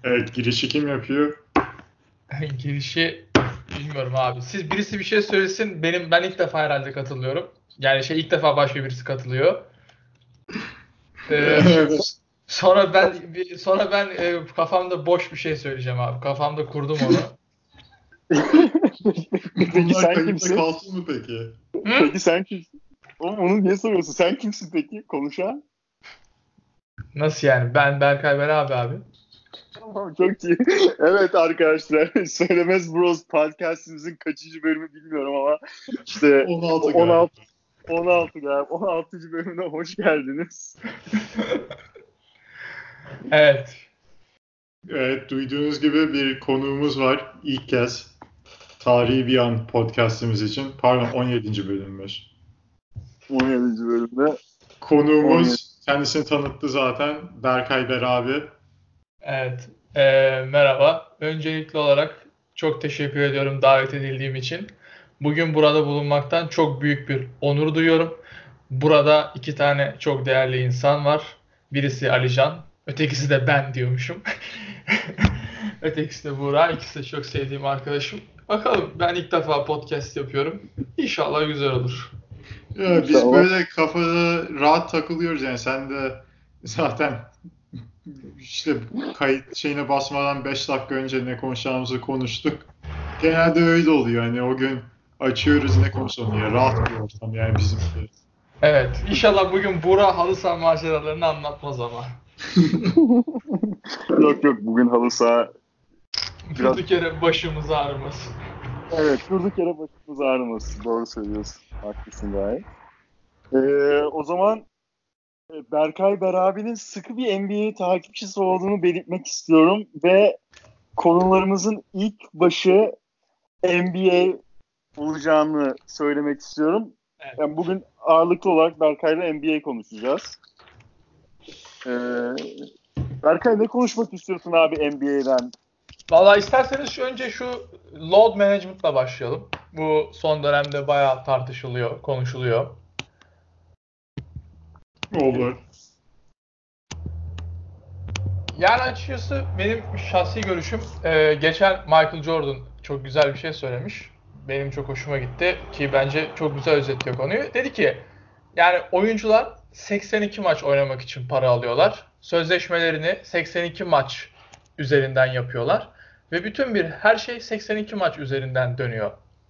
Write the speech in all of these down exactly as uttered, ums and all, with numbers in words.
Evet, girişi kim yapıyor? Girişi bilmiyorum abi. Siz birisi bir şey söylesin. Benim ben ilk defa herhalde katılıyorum. Yani şey ilk defa başka birisi katılıyor. Ee, Evet. sonra ben bir- sonra ben e, kafamda boş bir şey söyleyeceğim abi. Kafamda kurdum onu. Peki Bunlar sen kayıtta kimsin? kalsın mı peki? Hı? Peki sen kimsin? Oğlum onu niye soruyorsun? Sen kimsin peki? Konuşan? Nasıl yani? Ben Berkay Berabi abi. Tamam, çok iyi. Evet arkadaşlar, Söylemez Bros podcastimizin kaçıncı bölümü bilmiyorum ama işte on altı on galiba. altı on altı galiba on altıncı bölümüne hoş geldiniz. Evet. Evet, duyduğunuz gibi bir konuğumuz var. İlk kez Tarihi Bir An podcastimiz için. Pardon, on yedinci bölümmüş. on yedinci bölümde. Konuğumuz kendisini tanıttı zaten. Berkay Berabi. Evet. Ee, merhaba. Öncelikli olarak çok teşekkür ediyorum davet edildiğim için. Bugün burada bulunmaktan çok büyük bir onur duyuyorum. Burada iki tane çok değerli insan var. Birisi Alican, ötekisi de ben diyormuşum. Ötekisi de Buğra. İkisi de çok sevdiğim arkadaşım. Bakalım, ben ilk defa podcast yapıyorum. İnşallah güzel olur. Ya, biz İnşallah. böyle kafada rahat takılıyoruz yani. Sen de zaten işte kayıt şeyine basmadan beş dakika önce ne konuşacağımızı konuştuk. Genelde öyle oluyor. Hani o gün açıyoruz, ne konuşalım ya. Rahat bir ortam yani bizimki. Evet. İnşallah bugün Buğra halı saha maceralarını anlatmaz ama. Yok yok, bugün halı saha biraz... Durduk yere başımız ağrımasın. Evet, durduk yere başımız ağrımasın. Doğru söylüyorsun. Haklısın gayet. Ee, o zaman e, Berkay Berabi'nin sıkı bir N B A takipçisi olduğunu belirtmek istiyorum ve konularımızın ilk başı N B A olacağını söylemek istiyorum. Evet. Yani bugün ağırlıklı olarak Berkay'la N B A konuşacağız. Ee, Berkay, ne konuşmak istiyorsun abi N B A'den? Valla isterseniz şu önce şu load management'la başlayalım. Bu son dönemde bayağı tartışılıyor, konuşuluyor. Olur. Yani açıkçası benim şahsi görüşüm, e, geçen Michael Jordan çok güzel bir şey söylemiş. Benim çok hoşuma gitti ki bence çok güzel özetliyor konuyu. Dedi ki, yani oyuncular seksen iki maç oynamak için para alıyorlar. Sözleşmelerini seksen iki maç üzerinden yapıyorlar. Ve bütün bir her şey seksen iki maç üzerinden dönüyor.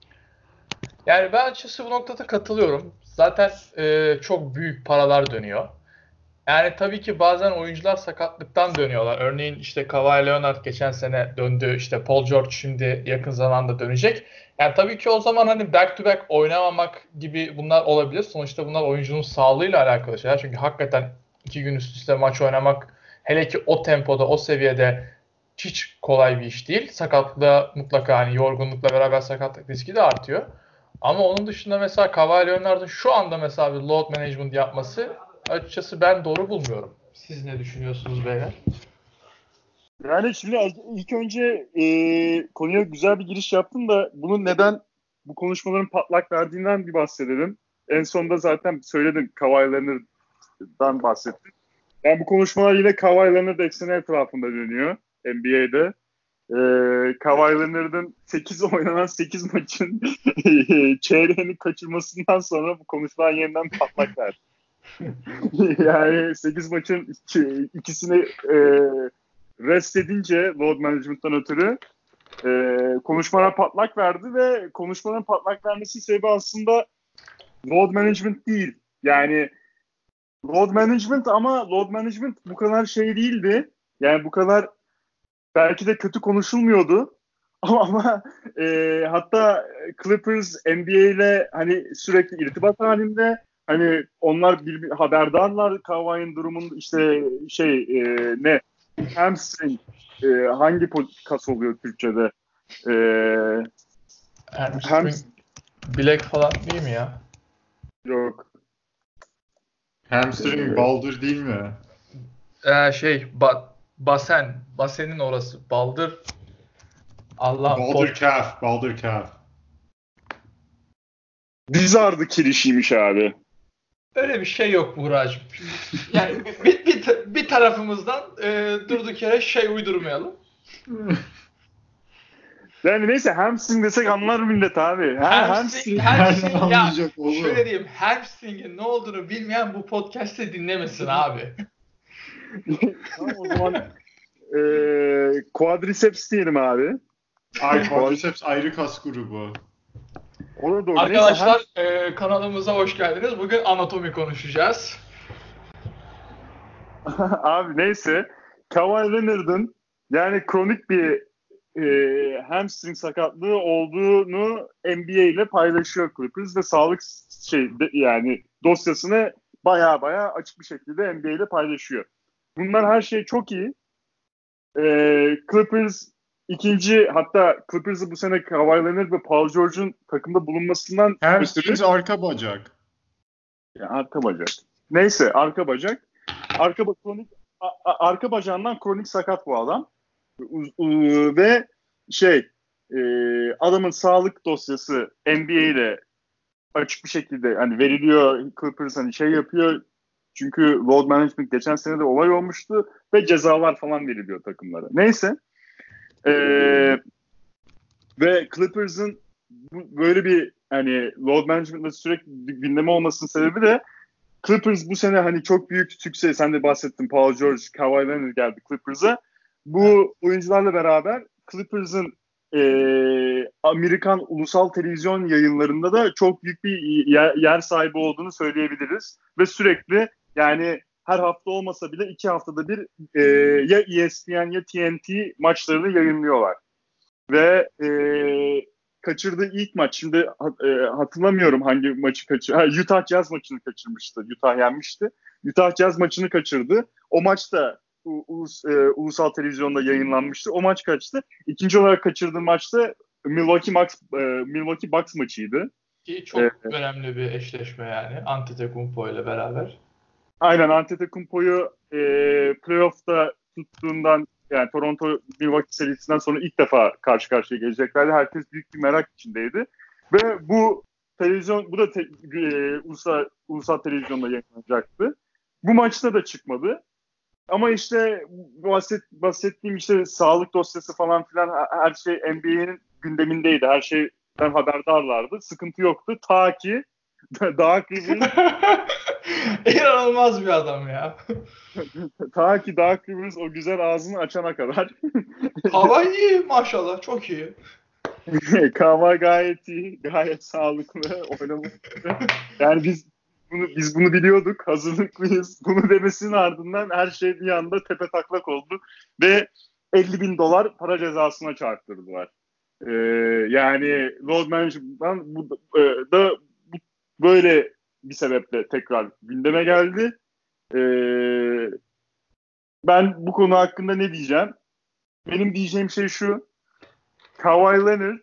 Yani ben açıkçası bu noktada katılıyorum. Zaten e, çok büyük paralar dönüyor. Yani tabii ki bazen oyuncular sakatlıktan dönüyorlar. Örneğin işte Kawhi Leonard geçen sene döndü. İşte Paul George şimdi yakın zamanda dönecek. Yani tabii ki o zaman hani back to back oynamamak gibi bunlar olabilir. Sonuçta bunlar oyuncunun sağlığıyla alakalı şeyler. Çünkü hakikaten iki gün üst üste maç oynamak, hele ki o tempoda, o seviyede hiç kolay bir iş değil. Sakatlığa mutlaka, hani yorgunlukla beraber sakatlık riski de artıyor. Ama onun dışında mesela Kawhi Leonard'ın şu anda mesela bir load management yapması açıkçası ben doğru bulmuyorum. Siz ne düşünüyorsunuz beyler? Yani şimdi ilk önce e, konuya güzel bir giriş yaptın da bunun neden bu konuşmaların patlak verdiğinden bir bahsedelim. En sonunda zaten söyledin, Kawhi Leonard'dan bahsettin. Yani bu konuşmalar yine Kawhi Leonard ekseni etrafında dönüyor N B A'de. Ee, Kawhi Leonard'ın sekiz oynanan sekiz maçın çeyreğini kaçırmasından sonra bu konuşmalar yeniden patlak verdi. Yani sekiz maçın iki, ikisini e, rest edince load management'tan ötürü e, konuşmalar patlak verdi ve konuşmaların patlak vermesi sebebi aslında load management değil. Yani load management, ama load management bu kadar şey değildi. Yani bu kadar belki de kötü konuşulmuyordu. Ama, ama e, hatta Clippers N B A ile hani sürekli irtibat halinde. Hani onlar bir, bir haberdarlar Kawhi'nin durumunda, işte şey e, ne hamstring, e, hangi kas oluyor Türkçe'de? E, Hamstring, hamstring bilek falan değil mi ya? yok. Hamstring E, baldır değil mi? Ee, şey ba basen, basenin orası, baldır. Allah pot. Baldır calf, baldır calf. diz ardı kirişiymiş abi. Öyle bir şey yok Buğra'cığım. Yani bir, bir, bir tarafımızdan e, durduk yere şey uydurmayalım. Yani neyse hamstring desek anlar millet abi. Ha, Hamstring, hamstring. hamstring ya Anlayacak oğlum. şöyle diyeyim, hamstring'in ne olduğunu bilmeyen bu podcast'te dinlemesin abi. Tamam o zaman e, quadriceps diyelim abi. Ay quadriceps ayrı kas grubu. O da doğru. Arkadaşlar Neyse, e, kanalımıza hoş geldiniz. Bugün anatomi konuşacağız. ham- abi neyse. Kawhi Leonard'ın yani kronik bir e, hamstring sakatlığı olduğunu N B A ile paylaşıyor Clippers ve sağlık şey de- yani dosyasını baya baya açık bir şekilde N B A ile paylaşıyor. Bunlar her şey çok iyi. E, Clippers ikinci hatta Clippers'ı bu sene Kawhi Leonard ve Paul George'un takımda bulunmasından Hamstrings arka bacak. yani arka bacak. Neyse arka bacak. Arka ba- kronik a- a- arka bacağından kronik sakat bu adam. U- u- ve şey e, adamın sağlık dosyası N B A ile açık bir şekilde hani veriliyor. Clippers hani şey yapıyor. Çünkü load management geçen sene de olay olmuştu ve cezalar falan veriliyor takımlara. Neyse. Ee, ve Clippers'ın bu, böyle bir hani load management'la sürekli gündeme olmasının sebebi de Clippers bu sene hani çok büyük sükse, sen de bahsettin, Paul George, Kawhi Leonard geldi Clippers'a. Bu oyuncularla beraber Clippers'ın e, Amerikan ulusal televizyon yayınlarında da çok büyük bir yer, yer sahibi olduğunu söyleyebiliriz. Ve sürekli yani her hafta olmasa bile iki haftada bir e, ya E S P N ya T N T maçlarını yayınlıyorlar. Ve e, kaçırdığı ilk maç, şimdi e, hatırlamıyorum hangi maçı kaçırdı. Ha, Utah Jazz maçını kaçırmıştı. Utah yenmişti. Utah Jazz maçını kaçırdı. O maç da u, ulus, e, ulusal televizyonda yayınlanmıştı. O maç kaçtı. İkinci olarak kaçırdığı maçta Milwaukee Bucks, e, Milwaukee Bucks maçıydı. Ki çok E, önemli bir eşleşme yani Antetokounmpo ile beraber. aynen, Antetokounmpo'yu e, playoff'ta tuttuğundan, yani Toronto Milwaukee serisinden sonra ilk defa karşı karşıya geleceklerdi. Herkes büyük bir merak içindeydi. Ve bu televizyon, bu da te, e, ulusal, ulusal televizyonda yayınlanacaktı. Bu maçta da çıkmadı. Ama işte bahset, bahsettiğim işte sağlık dosyası falan filan her şey N B A'nin gündemindeydi. Her şeyden haberdarlardı. Sıkıntı yoktu. Ta ki Doug Rivers İnanılmaz bir adam ya. ta ki Doug Rivers o güzel ağzını açana kadar. Hava iyi maşallah, çok iyi. Kawhi gayet iyi, gayet sağlıklı oynamak. Yani biz bunu biz bunu biliyorduk, hazırlıklıyız. Bunu demesinin ardından her şey bir anda tepe taklak oldu ve elli bin dolar para cezasına çarptırdılar. Ee, yani load management'dan bu e, da bu, böyle bir sebeple tekrar gündeme geldi. Ee, ben bu konu hakkında ne diyeceğim? Benim diyeceğim şey şu: Kawhi Leonard,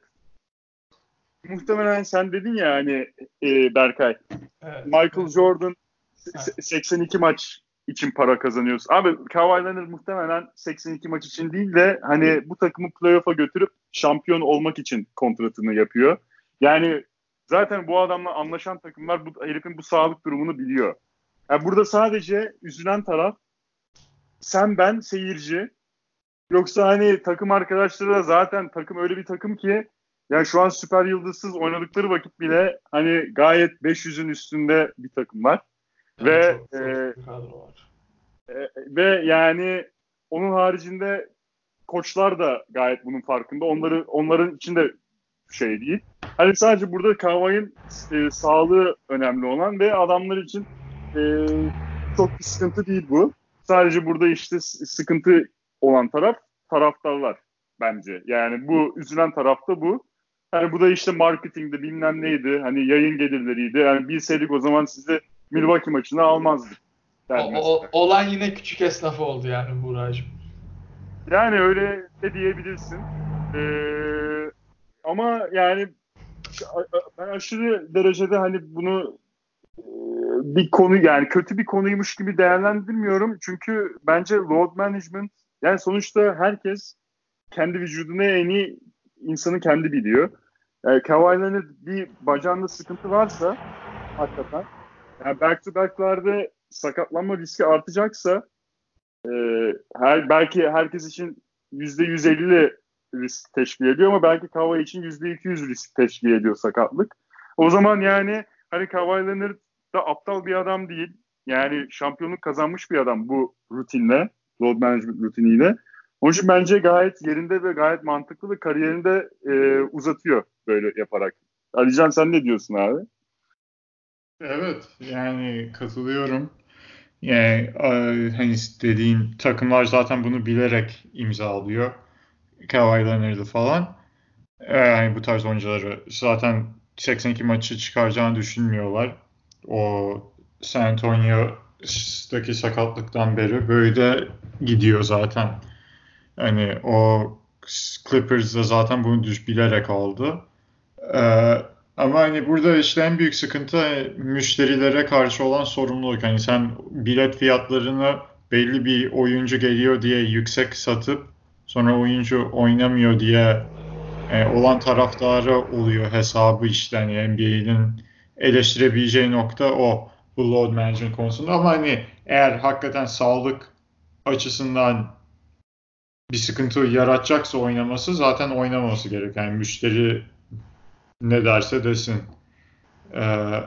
muhtemelen sen dedin ya hani e, Berkay, Evet. Michael Jordan Evet. seksen iki maç için para kazanıyoruz. Abi Kawhi Leonard muhtemelen seksen iki maç için değil de hani bu takımı playoff'a götürüp şampiyon olmak için kontratını yapıyor. Yani zaten bu adamla anlaşan takımlar bu herifin bu sağlık durumunu biliyor. Yani burada sadece üzülen taraf sen, ben, seyirci. Yoksa hani takım arkadaşları da zaten takım öyle bir takım ki yani şu an süper yıldızsız oynadıkları vakit bile hani gayet beş yüzün üstünde bir takımlar. Yani Ve çok, çok e, bir kadro var. e, ve yani onun haricinde koçlar da gayet bunun farkında. Onları onların için de şey değil. Hani sadece burada Kawhi'nin e, sağlığı önemli olan ve adamlar için e, çok bir sıkıntı değil bu. Sadece burada işte sıkıntı olan taraf taraftarlar bence. Yani bu üzülen taraf da bu. Hani bu da işte marketingde bilmem neydi. Hani yayın gelirleriydi. Yani bilseydik o zaman sizi Milwaukee maçına almazdık. O, o, olan yine küçük esnafı oldu yani Buğra'cığım. Yani öyle de diyebilirsin. Ee, ama yani ben aşırı derecede hani bunu e, bir konu, yani kötü bir konuymuş gibi değerlendirmiyorum. Çünkü bence load management, yani sonuçta herkes kendi vücudunu en iyi insanı kendi biliyor. Yani Kawhi Leonard bir bacağında sıkıntı varsa hakikaten Yani back to back'lerde sakatlanma riski artacaksa e, her, belki herkes için yüzde yüz elli risk teşkil ediyor ama belki Kawhi için yüzde iki yüz risk teşkil ediyor sakatlık. O zaman yani hani Kawhi Leonard da aptal bir adam değil. Yani şampiyonluk kazanmış bir adam bu rutinle, load management rutiniyle. Onun için bence gayet yerinde ve gayet mantıklı ve kariyerini de e, uzatıyor böyle yaparak. Alican sen ne diyorsun abi? Evet, yani katılıyorum. Yani e, hani dediğin takımlar zaten bunu bilerek imzalıyor. Kawhi Leonard'ı falan. E, Yani bu tarz oyuncuları zaten seksen iki maçı çıkaracağını düşünmüyorlar. O San Antonio'daki sakatlıktan beri böyle de gidiyor zaten. Hani o Clippers da zaten bunu düş bilerek aldı. Ee, Ama hani burada işte en büyük sıkıntı hani müşterilere karşı olan sorumluluk. Hani sen bilet fiyatlarını belli bir oyuncu geliyor diye yüksek satıp sonra oyuncu oynamıyor diye e, olan taraftarı oluyor hesabı işte hani N B A'nin eleştirebileceği nokta o bu load management konusunda. Ama hani eğer hakikaten sağlık açısından bir sıkıntı yaratacaksa oynaması zaten oynaması gerek. Yani müşteri ne derse desin. Ee,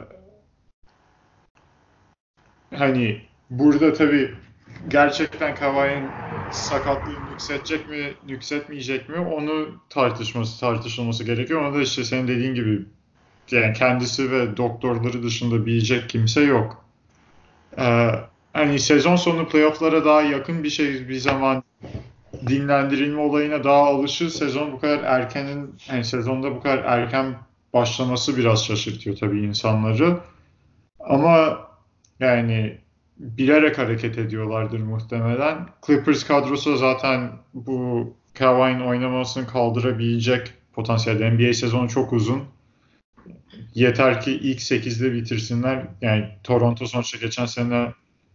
Hani burada tabii gerçekten Kawhi'nin sakatlığını yükseltecek mi, yükseltmeyecek mi onu tartışması, tartışılması gerekiyor. Onu da işte senin dediğin gibi yani kendisi ve doktorları dışında bilecek kimse yok. Ee, Hani sezon sonu playoff'lara daha yakın bir şey bir zaman dinlendirilme olayına daha alışır. Sezon bu kadar erkenin, yani sezonda bu kadar erken başlaması biraz şaşırtıyor tabii insanları. Ama yani bilerek hareket ediyorlardır muhtemelen. Clippers kadrosu zaten bu Kawhi'nin oynamasını kaldırabilecek potansiyelde. N B A sezonu çok uzun. Yeter ki ilk sekizde bitirsinler. Yani Toronto sonuçta geçen sene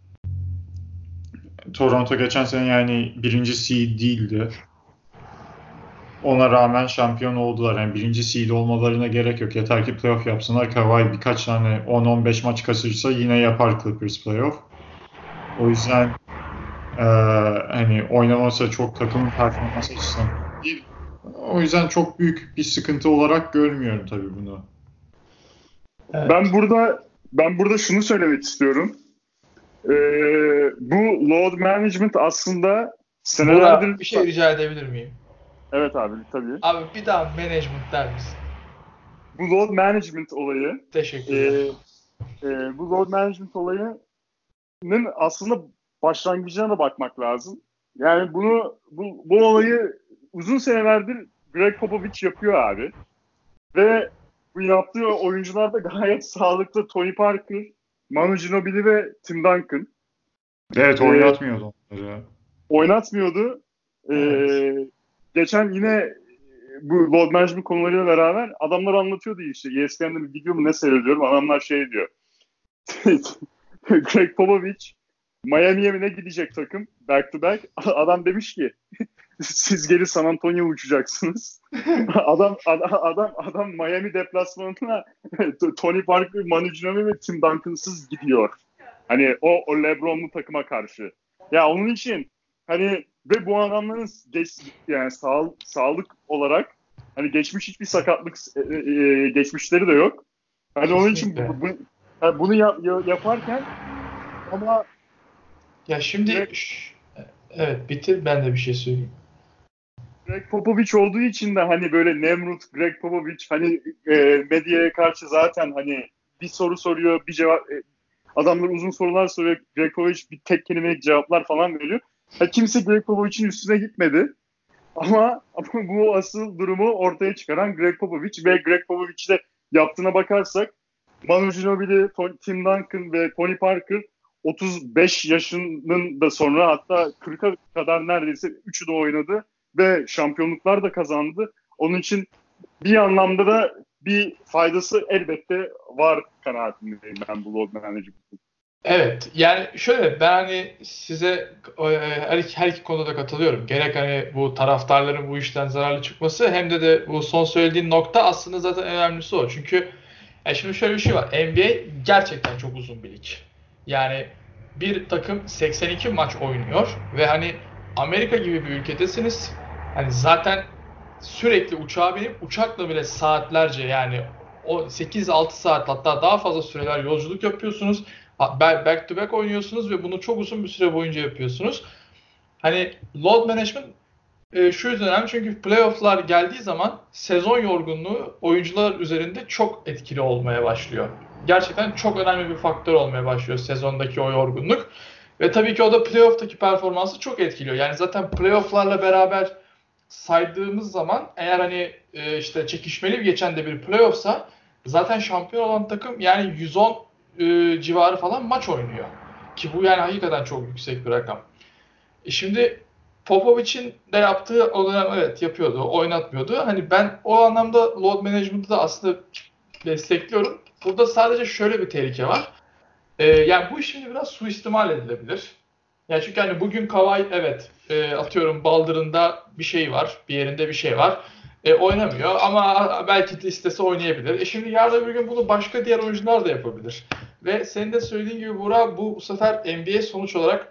Toronto geçen sene yani birinci seed değildi. Ona rağmen şampiyon oldular. Yani birinci seed olmalarına gerek yok. Yeter ki playoff yapsınlar. Kawhi birkaç tane on on beş maç kaçırırsa yine yapar Clippers playoff. O yüzden e, hani oynamasa çok takımın performansı açısından değil. O yüzden çok büyük bir sıkıntı olarak görmüyorum tabii bunu. Evet. Ben burada ben burada şunu söylemek istiyorum. Ee, bu load management aslında senelerdir... Burak, bir şey rica edebilir miyim? Evet abi tabii. Abi bir daha management der misin? Bu load management olayı Teşekkürler. e, e, bu load management olayının aslında başlangıcına da bakmak lazım. Yani bunu bu, bu olayı uzun senelerdir Greg Popovich yapıyor abi. Ve bu yaptığı oyuncular da gayet sağlıklı. Tony Parker, Manu Ginobili ve Tim Duncan. Evet Ee, oynatmıyordu onları. Oynatmıyordu. Ee, Evet. Geçen yine bu load management konularıyla beraber adamlar anlatıyordu işte. E S P N'de bir video mu ne seyrediyorum. Adamlar şey diyor. Greg Popovich Miami'ye mi ne gidecek takım? Back to back. Adam demiş ki siz geri San Antonio'ya uçacaksınız. adam, adam adam adam Miami deplasmanına Tony Parker, Manu Ginobili ve Tim Duncan'sız gidiyor. Hani o, o LeBron'lu takıma karşı. Ya onun için hani ve bu adamların geç, yani sağ, sağlık olarak hani geçmiş hiçbir sakatlık e, e, geçmişleri de yok. Hani onun için bu, bu, yani bunu yap, yaparken ama Ya şimdi Greg, ş- evet bitir ben de bir şey söyleyeyim. Greg Popovich olduğu için de hani böyle Nemrut, Greg Popovich hani e, medyaya karşı zaten hani bir soru soruyor, bir cevap e, adamlar uzun sorular soruyor. Greg Popovich bir tek kelimelik cevaplar falan veriyor. Ha, kimse Greg Popovich'in üstüne gitmedi. Ama, ama bu asıl durumu ortaya çıkaran Greg Popovich ve Greg Popovich'le yaptığına bakarsak Manu Ginobili, Tim Duncan ve Tony Parker otuz beş yaşının da sonra hatta kırka kadar neredeyse üçü de oynadı ve şampiyonluklar da kazandı. Onun için bir anlamda da bir faydası elbette var kanaatindeyim ben bu load management'ın. Evet yani şöyle ben hani size her iki, her iki konuda katılıyorum. Gerek hani bu taraftarların bu işten zararlı çıkması hem de de bu son söylediğin nokta aslında zaten önemlisi o. Çünkü Yani şimdi şöyle bir şey var. N B A gerçekten çok uzun bir lig. Yani bir takım seksen iki maç oynuyor ve hani Amerika gibi bir ülkedesiniz. Hani zaten sürekli uçağa binip uçakla bile saatlerce, yani o sekiz altı saat hatta daha fazla süreler yolculuk yapıyorsunuz. Back to back oynuyorsunuz ve bunu çok uzun bir süre boyunca yapıyorsunuz. Hani load management e, şu yüzden önemli, çünkü playoff'lar geldiği zaman sezon yorgunluğu oyuncular üzerinde çok etkili olmaya başlıyor. Gerçekten çok önemli bir faktör olmaya başlıyor sezondaki o yorgunluk. Ve tabii ki o da playoff'taki performansı çok etkiliyor. Yani zaten playoff'larla beraber saydığımız zaman, eğer hani e, işte çekişmeli bir geçen de bir playoff'sa, zaten şampiyon olan takım yani yüz on e, civarı falan maç oynuyor. Ki bu yani hakikaten çok yüksek bir rakam. E şimdi Popovic'in de yaptığı o dönem evet yapıyordu, oynatmıyordu. Hani ben o anlamda load management'ı da aslında destekliyorum. Burada sadece şöyle bir tehlike var. Ee, yani bu iş şimdi biraz suistimal edilebilir. Yani çünkü hani bugün Kawhi evet e, atıyorum baldırında bir şey var, bir yerinde bir şey var. E, oynamıyor ama belki de istese oynayabilir. E şimdi yarın öbür gün bunu başka diğer oyuncular da yapabilir. Ve senin de söylediğin gibi Burak, bu, bu sefer N B A sonuç olarak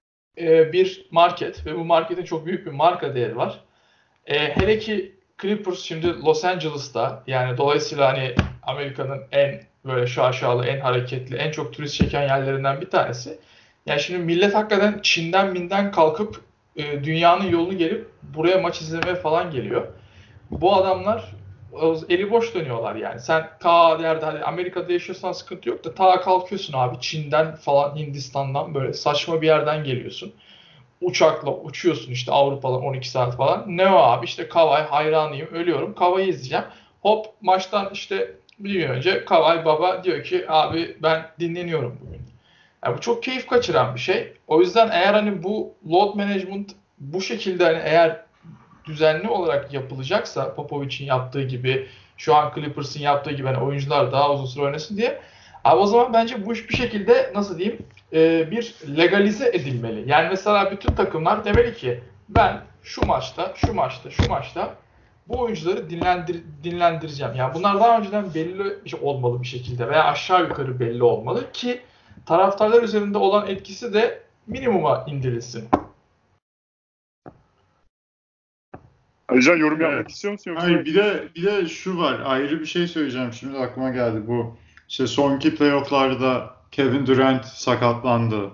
e, bir market ve bu marketin çok büyük bir marka değeri var. E, hele ki Clippers şimdi Los Angeles'ta, yani dolayısıyla hani Amerika'nın en böyle şaşalı, en hareketli, en çok turist çeken yerlerinden bir tanesi. Yani şimdi millet hakikaten Çin'den Min'den kalkıp e, dünyanın yolunu gelip buraya maç izlemeye falan geliyor. Bu adamlar eli boş dönüyorlar yani. Sen ta yerde hani Amerika'da yaşıyorsan sıkıntı yok da ta kalkıyorsun abi Çin'den falan, Hindistan'dan böyle saçma bir yerden geliyorsun. Uçakla uçuyorsun işte Avrupa'dan on iki saat falan. Ne o abi, işte Kawhi hayranıyım, ölüyorum. Kawhi'yi izleyeceğim. Hop maçtan işte bir gün önce Kawhi baba diyor ki abi ben dinleniyorum bugün. Yani bu çok keyif kaçıran bir şey. O yüzden eğer hani bu load management bu şekilde hani eğer düzenli olarak yapılacaksa, Popovic'in yaptığı gibi, şu an Clippers'ın yaptığı gibi, hani oyuncular daha uzun süre oynasın diye. Abi o zaman bence bu iş bir şekilde nasıl diyeyim e, bir legalize edilmeli. Yani mesela bütün takımlar demeli ki ben şu maçta, şu maçta, şu maçta bu oyuncuları dinlendir, dinlendireceğim. Yani bunlar daha önceden belli bir şey olmalı bir şekilde veya aşağı yukarı belli olmalı ki taraftarlar üzerinde olan etkisi de minimuma indirilsin. Alican yorum Evet. yapmak istiyor musun yoksa? Hayır, bir de bir de şu var. Ayrı bir şey söyleyeceğim. Şimdi aklıma geldi. Bu işte sonki playoff'larda Kevin Durant sakatlandı.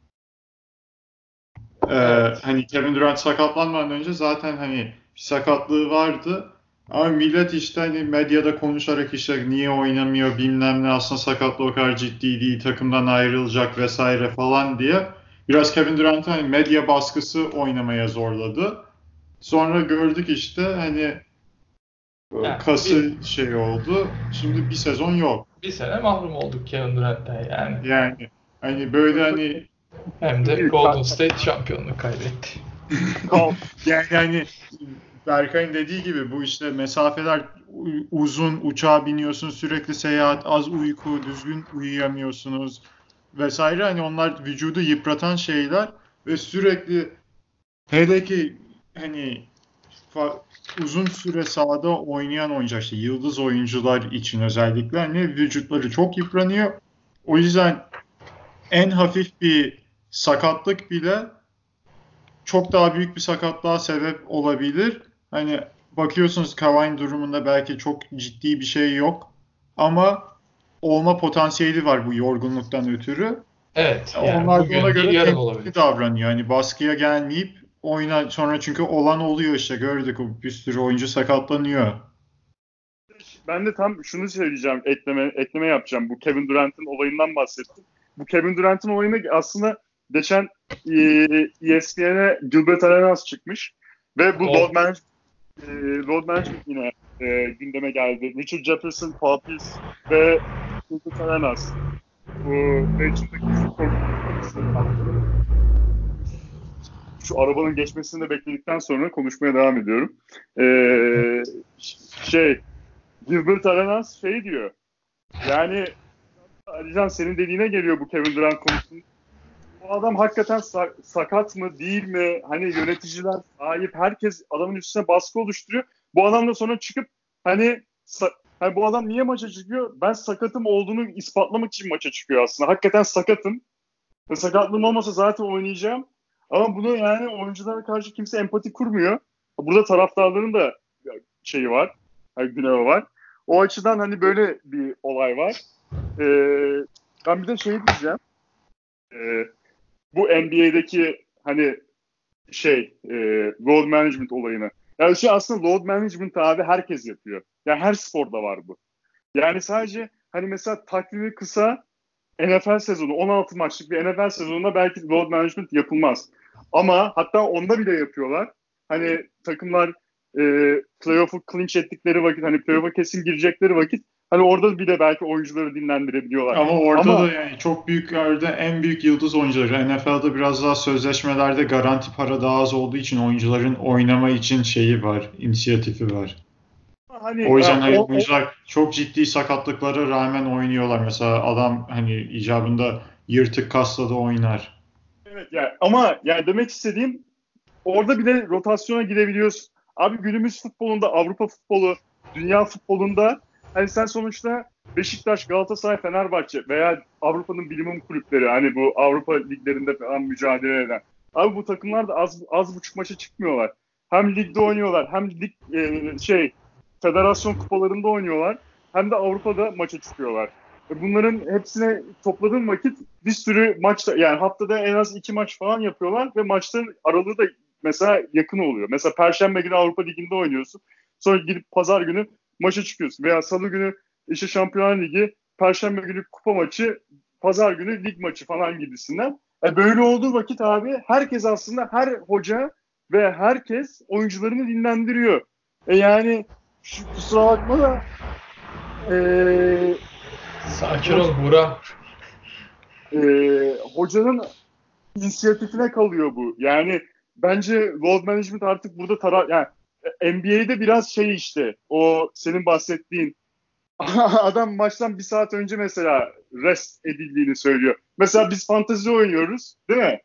Ee, Evet. Hani Kevin Durant sakatlanmadan önce zaten hani bir sakatlığı vardı. Ama millet işte hani medyada konuşarak işte niye oynamıyor bilmem ne, aslında sakatlığı o kadar ciddi değil, takımdan ayrılacak vesaire falan diye biraz Kevin Durant'ı hani medya baskısı oynamaya zorladı. Sonra gördük işte hani Yani bir, kası şey oldu. Şimdi bir sezon yok. bir sene mahrum olduk Kevin Durant'ten yani. Yani hani böyle hani Hem de Golden State şampiyonluğu kaybetti. yani hani Berkay'ın dediği gibi bu işte mesafeler u- uzun, uçağa biniyorsun, sürekli seyahat, az uyku, düzgün uyuyamıyorsunuz vesaire, hani onlar vücudu yıpratan şeyler ve sürekli, hele ki hani fa- uzun süre sahada oynayan oyuncular, işte yıldız oyuncular için özellikle hani vücutları çok yıpranıyor. O yüzden en hafif bir sakatlık bile çok daha büyük bir sakatlığa sebep olabilir. Hani bakıyorsunuz Kawhi'nin durumunda belki çok ciddi bir şey yok ama olma potansiyeli var bu yorgunluktan ötürü. Evet, yani Onlar da ona bugün değil göre yarın temkinli olabilir. davranıyor. Hani baskıya gelmeyip oyna sonra, çünkü olan oluyor işte, gördük, bir sürü oyuncu sakatlanıyor. Ben de tam şunu söyleyeceğim, ekleme ekleme yapacağım. Bu Kevin Durant'ın olayından bahsettim. Bu Kevin Durant'ın olayını aslında geçen e, E S P N'e Gilbert Arenas çıkmış ve bu O load management, e, load management yine e, gündeme geldi. Richard Jefferson, Paul Pierce ve Gilbert Arenas. Bu Rachel'daki skor konusunu yaptı. Şu arabanın geçmesini de bekledikten sonra konuşmaya devam ediyorum. Ee, şey Gilbert Arenas şey diyor. Yani Alican senin dediğine geliyor bu Kevin Durant konusunda. Bu adam hakikaten sa- sakat mı değil mi? Hani yöneticiler sahip, herkes adamın üstüne baskı oluşturuyor. Bu adam da sonra çıkıp hani sa- hani bu adam niye maça çıkıyor? Ben sakatım olduğunu ispatlamak için maça çıkıyor aslında. Hakikaten sakatım. Ve sakatlığım olmasa zaten oynayacağım. Ama bunu yani oyunculara karşı kimse empati kurmuyor. Burada taraftarların da şeyi var. Yani günahı var. O açıdan hani böyle bir olay var. Ee, ben bir de şey diyeceğim. Ee, bu N B A'deki hani şey e, load management olayını. Yani şey aslında load management abi herkes yapıyor. Yani her sporda var bu. Yani sadece hani mesela takvimi kısa N F L sezonu on altı maçlık bir N F L sezonunda belki load management yapılmaz. Ama hatta onda bile yapıyorlar. Hani takımlar e, playoff'u clinch ettikleri vakit hani playoff'a kesin girecekleri vakit hani orada bile belki oyuncuları dinlendirebiliyorlar. Ama orada Ama, da yani çok büyük yerde en büyük yıldız oyuncuları. N F L'de biraz daha sözleşmelerde garanti para daha az olduğu için oyuncuların oynama için şeyi var, inisiyatifi var. hani O yüzden hani o, o, oyuncular çok ciddi sakatlıklara rağmen oynuyorlar. Mesela adam hani icabında yırtık kasla da oynar. evet yani ama yani demek istediğim orada bile rotasyona girebiliyorsun. Abi günümüz futbolunda, Avrupa futbolu, dünya futbolunda hani sen sonuçta Beşiktaş, Galatasaray, Fenerbahçe veya Avrupa'nın bilimum kulüpleri hani bu Avrupa liglerinde falan mücadele eden. Abi bu takımlar da az az buçuk maça çıkmıyorlar. Hem ligde oynuyorlar, hem lig e, şey federasyon kupalarında oynuyorlar, hem de Avrupa'da maça çıkıyorlar. Bunların hepsine topladığın vakit bir sürü maçta yani haftada en az iki maç falan yapıyorlar ve maçların aralığı da mesela yakın oluyor. Mesela Perşembe günü Avrupa Ligi'nde oynuyorsun. Sonra gidip Pazar günü maça çıkıyorsun. Veya Salı günü işte Şampiyonlar Ligi, Perşembe günü kupa maçı, Pazar günü lig maçı falan gibisinden. E böyle olduğu vakit abi herkes aslında her hoca ve herkes oyuncularını dinlendiriyor. E yani şu, kusura bakma da e, Sakin ol Buğra. e, hocanın inisiyatifine kalıyor bu. Yani bence load management artık burada taraf yani N B A'de biraz şey işte o senin bahsettiğin adam maçtan bir saat önce mesela rest edildiğini söylüyor. Mesela biz fantezi oynuyoruz değil mi?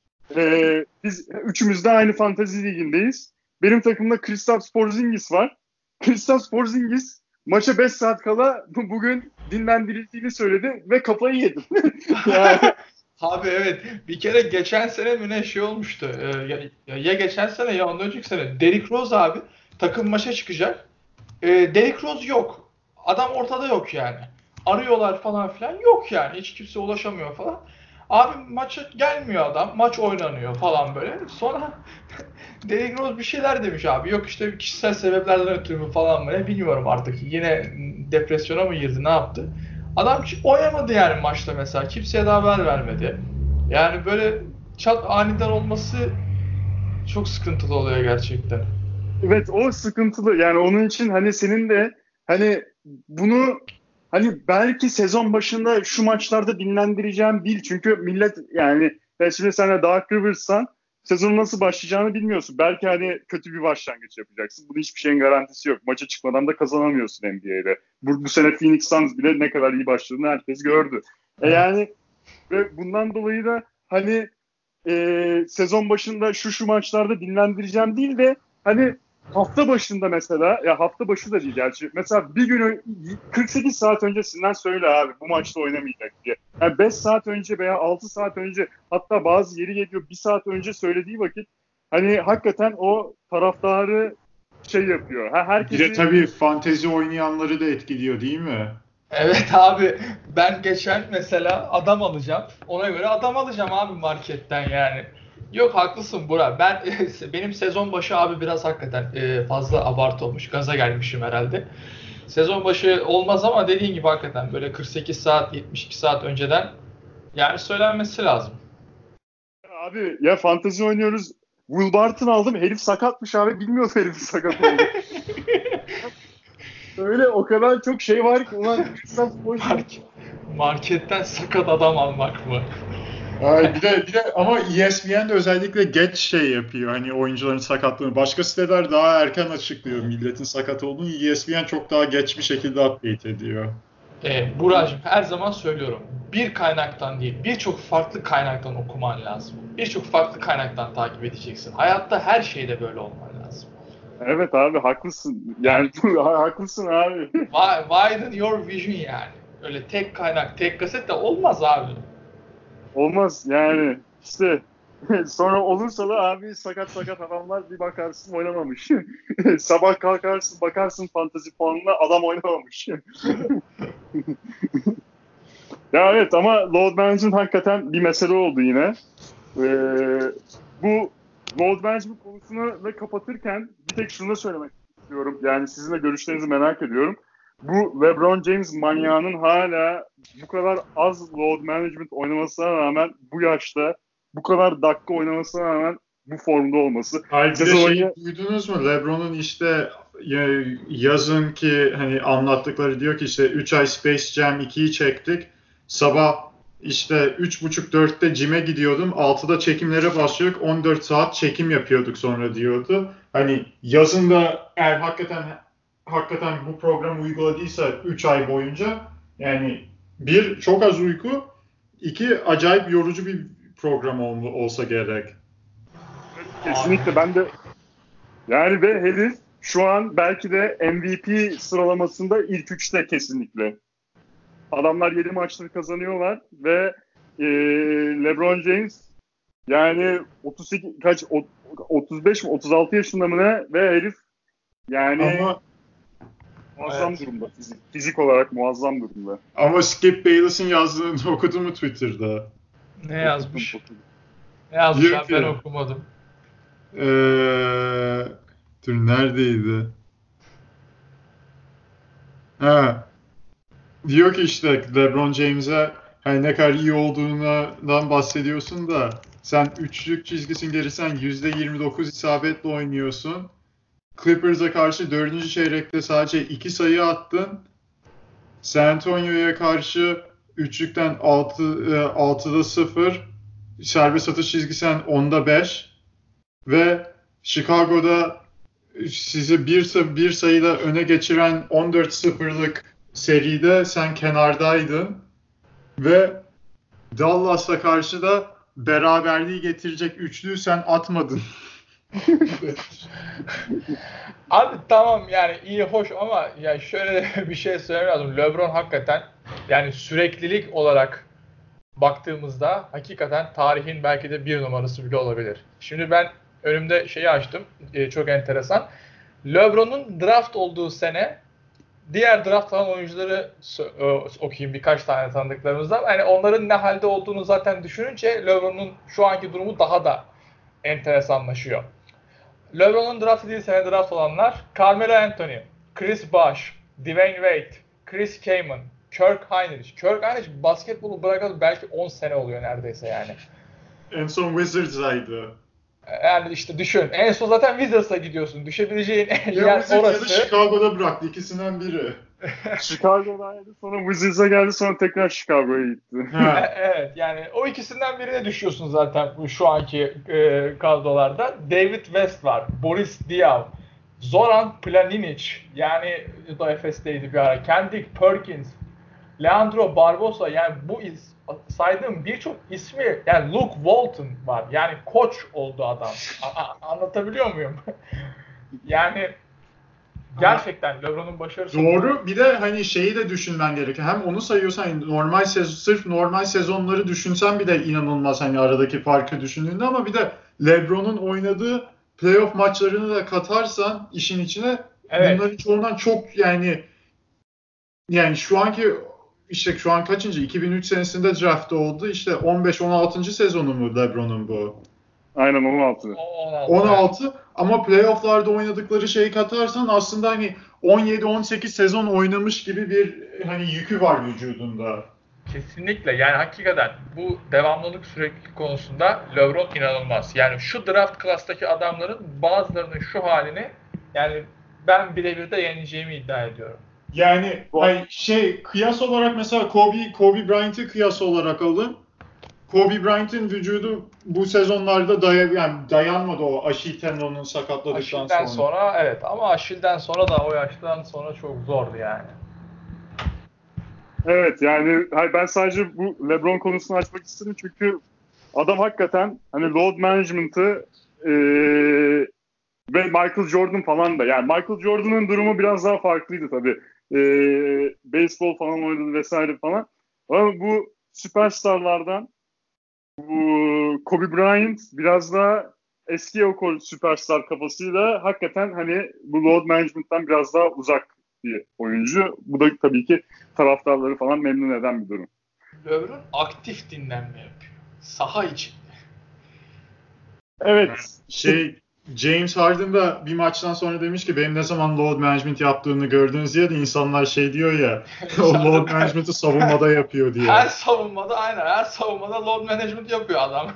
Ee, biz üçümüz de aynı fantezi ligindeyiz. Benim takımda Kristaps Porzingis var. Kristaps Porzingis maça beş saat kala bugün dinlendirildiğini söyledi ve kafayı yedim. yani Abi evet bir kere geçen sene mi ne şey olmuştu. Ee, ya, ya geçen sene ya ondan önceki sene Derrick Rose abi takım maça çıkacak. Ee, Derrick Rose yok. Adam ortada yok yani. Arıyorlar falan filan yok yani. Hiç kimse ulaşamıyor falan. Abi maça gelmiyor adam. Maç oynanıyor falan böyle. Sonra Derrick Rose bir şeyler demiş abi. Yok işte kişisel sebeplerden ötürü mü falan mı ne bilmiyorum artık. Yine depresyona mı girdi ne yaptı? Adam hiç oynamadı yani maçta mesela. Kimseye de haber vermedi. Yani böyle çat aniden olması çok sıkıntılı oluyor gerçekten. evet o sıkıntılı. Yani onun için hani senin de hani bunu hani belki sezon başında şu maçlarda dinlendireceğim değil. Çünkü millet yani ben şimdi sen de Dark Rivers'san sezonun nasıl başlayacağını bilmiyorsun. Belki hani kötü bir başlangıç yapacaksın. Bunun hiçbir şeyin garantisi yok. Maça çıkmadan da kazanamıyorsun N B A'de. Bu, bu sene Phoenix Suns bile ne kadar iyi başladığını herkes gördü. E yani ve bundan dolayı da hani e, sezon başında şu şu maçlarda dinlendireceğim değil de hani hafta başında mesela ya hafta başı da değil gerçi. Mesela bir günü kırk sekiz saat öncesinden söyle abi bu maçta oynamayacak diye. Yani beş saat önce veya altı saat önce hatta bazı yeri geliyor bir saat önce söylediği vakit hani hakikaten o taraftarı şey yapıyor. Ha, Bir de herkesi tabii fantezi oynayanları da etkiliyor değil mi? Evet abi ben geçen mesela adam alacağım. Ona göre adam alacağım abi marketten yani. Yok haklısın Burak. Ben benim sezon başı abi biraz hakikaten e, fazla abartı olmuş. Gaza gelmişim herhalde. Sezon başı olmaz ama dediğin gibi hakikaten böyle kırk sekiz saat yetmiş iki saat önceden yani söylenmesi lazım. abi ya fantezi oynuyoruz. Will Barton aldım. Herif sakatmış abi. Bilmiyordu herifin sakat olduğunu. Öyle o kadar çok şey var ki ulan Kristaps Porzingis Market, marketten sakat adam almak mı? Ay, bir de bir de ama E S P N de özellikle geç şey yapıyor hani oyuncuların sakatlığını. Başka siteler daha erken açıklıyor milletin sakat olduğunu. E S P N çok daha geç bir şekilde update ediyor. E, Buracığım her zaman söylüyorum. Bir kaynaktan değil, birçok farklı kaynaktan okuman lazım. Birçok farklı kaynaktan takip edeceksin. Hayatta her şeyde böyle olman lazım. Evet abi haklısın. Yani haklısın abi. Widen your vision yani. Öyle tek kaynak, tek kaset de olmaz abi. Olmaz yani işte sonra olursa da abi sakat sakat adamlar bir bakarsın oynamamış. Sabah kalkarsın bakarsın fantasy puanına adam oynamamış. Ya evet ama load management hakikaten bir mesele oldu yine. Ee, bu load management konusunu da kapatırken bir tek şunu da söylemek istiyorum. Yani sizin de görüşlerinizi merak ediyorum. Bu LeBron James manyağının hala bu kadar az load management oynamasına rağmen bu yaşta bu kadar dakika oynamasına rağmen bu formda olması. Hayır, bir de Sezon şeyi oyunu- duydunuz mu? LeBron'un işte ya- yazın ki hani anlattıkları diyor ki işte üç ay Space Jam ikiyi çektik. Sabah işte üç buçuk dörtte cime gidiyordum. altıda çekimlere başlıyorduk. on dört saat çekim yapıyorduk sonra diyordu. Hani yazın da eğer hakikaten hakikaten bu programı uyguladıysa üç ay boyunca yani bir çok az uyku, iki acayip yorucu bir program ol- olsa gerek. Kesinlikle ben de yani ve herif şu an belki de M V P sıralamasında ilk üçte kesinlikle. Adamlar yedi maçları kazanıyorlar ve e, LeBron James yani otuz sekiz kaç otuz beş mi otuz altı yaşında mı ne ve herif yani Ama muazzam Evet. durumda fizik, fizik olarak muazzam durumda. Ama Skip Bayless'in yazdığını okudun mu Twitter'da? Ne yazmış? Okudum, okudum. Ne yazmış Diyor abi ben ki- okumadım. Ee, dur neredeydi? Ha, diyor ki işte LeBron James'e hani ne kadar iyi olduğundan bahsediyorsun da sen üçlük çizgisinin gerisinden yüzde yirmi dokuz isabetle oynuyorsun. Clippers'a karşı dördüncü çeyrekte sadece iki sayı attın. San Antonio'ya karşı üçlükten altıda sıfır, serbest atış çizgisinden onda beş ve Chicago'da sizi bir, bir sayıda öne geçiren on dört sıfırlık seride sen kenardaydın ve Dallas'a karşı da beraberliği getirecek üçlüyü sen atmadın. Abi tamam yani iyi hoş ama ya şöyle bir şey söylemem lazım. LeBron hakikaten yani süreklilik olarak baktığımızda hakikaten tarihin belki de bir numarası bile olabilir. Şimdi ben önümde şeyi açtım. E, çok enteresan. LeBron'un draft olduğu sene diğer draft alan oyuncuları e, okuyayım birkaç tane tanıdıklarımızdan. Yani onların ne halde olduğunu zaten düşününce LeBron'un şu anki durumu daha da enteresanlaşıyor. LeBron'un draft edildiği sene draft olanlar Carmelo Anthony, Chris Bosh, Dwayne Wade, Chris Kaman, Kirk Heinrich. Kirk Heinrich basketbolu bırakalı belki on sene oluyor neredeyse yani. En son Wizards'aydı. Yani işte düşün. En son zaten Wizards'a gidiyorsun. Düşebileceğin Ya yer Wizards ya da orası. Chicago'da bıraktı. İkisinden biri. Chicago'daydı sonra Wizards'a geldi sonra tekrar Chicago'ya gitti. Ha. Evet yani o ikisinden birine düşüyorsun zaten bu şu anki e, kadrolarda. David West var. Boris Diaw. Zoran Planinic. Yani o da Efes'teydi bir ara. Kendrick Perkins. Leandro Barbosa. Yani bu is, saydığım birçok ismi yani Luke Walton var. Yani koç oldu adam. A- a- anlatabiliyor muyum? Yani gerçekten LeBron'un başarısı Doğru. Bir de hani şeyi de düşünmen gerekiyor. Hem onu sayıyorsan hani normal sezon, sırf normal sezonları düşünsen bir de inanılmaz hani aradaki farkı düşündüğünde ama bir de LeBron'un oynadığı playoff maçlarını da katarsan işin içine Evet. bunların çoğundan çok yani yani şu anki işte şu an kaçıncı? iki bin üç senesinde draft oldu. İşte on beş on altıncı sezonu mu LeBron'un bu? Aynen on altı. on altı ama playoff'larda oynadıkları şeyi katarsan aslında hani on yedi on sekiz sezon oynamış gibi bir hani yükü var vücudunda. Kesinlikle yani hakikaten bu devamlılık süreklilik konusunda LeBron inanılmaz. Yani şu draft class'taki adamların bazılarının şu halini yani ben birebir de yeneceğimi iddia ediyorum. Yani hani şey kıyas olarak mesela Kobe Kobe Bryant'ı kıyas olarak alın. Kobe Bryant'ın vücudu bu sezonlarda daya, yani dayanmadı o Aşil tendonunu sakatladıktan Aşil'den sonra. sonra evet ama Aşil'den sonra da o yaştan sonra çok zordu yani. Evet yani hayır, ben sadece bu LeBron konusunu açmak istedim çünkü adam hakikaten hani load management'ı e, Ve Michael Jordan falan da. Yani Michael Jordan'ın durumu biraz daha farklıydı tabii. Ee, Beyzbol falan oynadı vesaire falan. Ama bu süperstarlardan bu Kobe Bryant biraz daha eski okul süperstar kafasıyla hakikaten hani bu load management'tan biraz daha uzak bir oyuncu. Bu da tabii ki taraftarları falan memnun eden bir durum. LeBron aktif dinlenme yapıyor. Saha içinde. Evet. Şey James Harden da bir maçtan sonra demiş ki benim ne zaman load management yaptığını gördünüz diye de insanlar şey diyor ya o load management'ı savunmada yapıyor diye. Her savunmada aynen her savunmada load management yapıyor adam.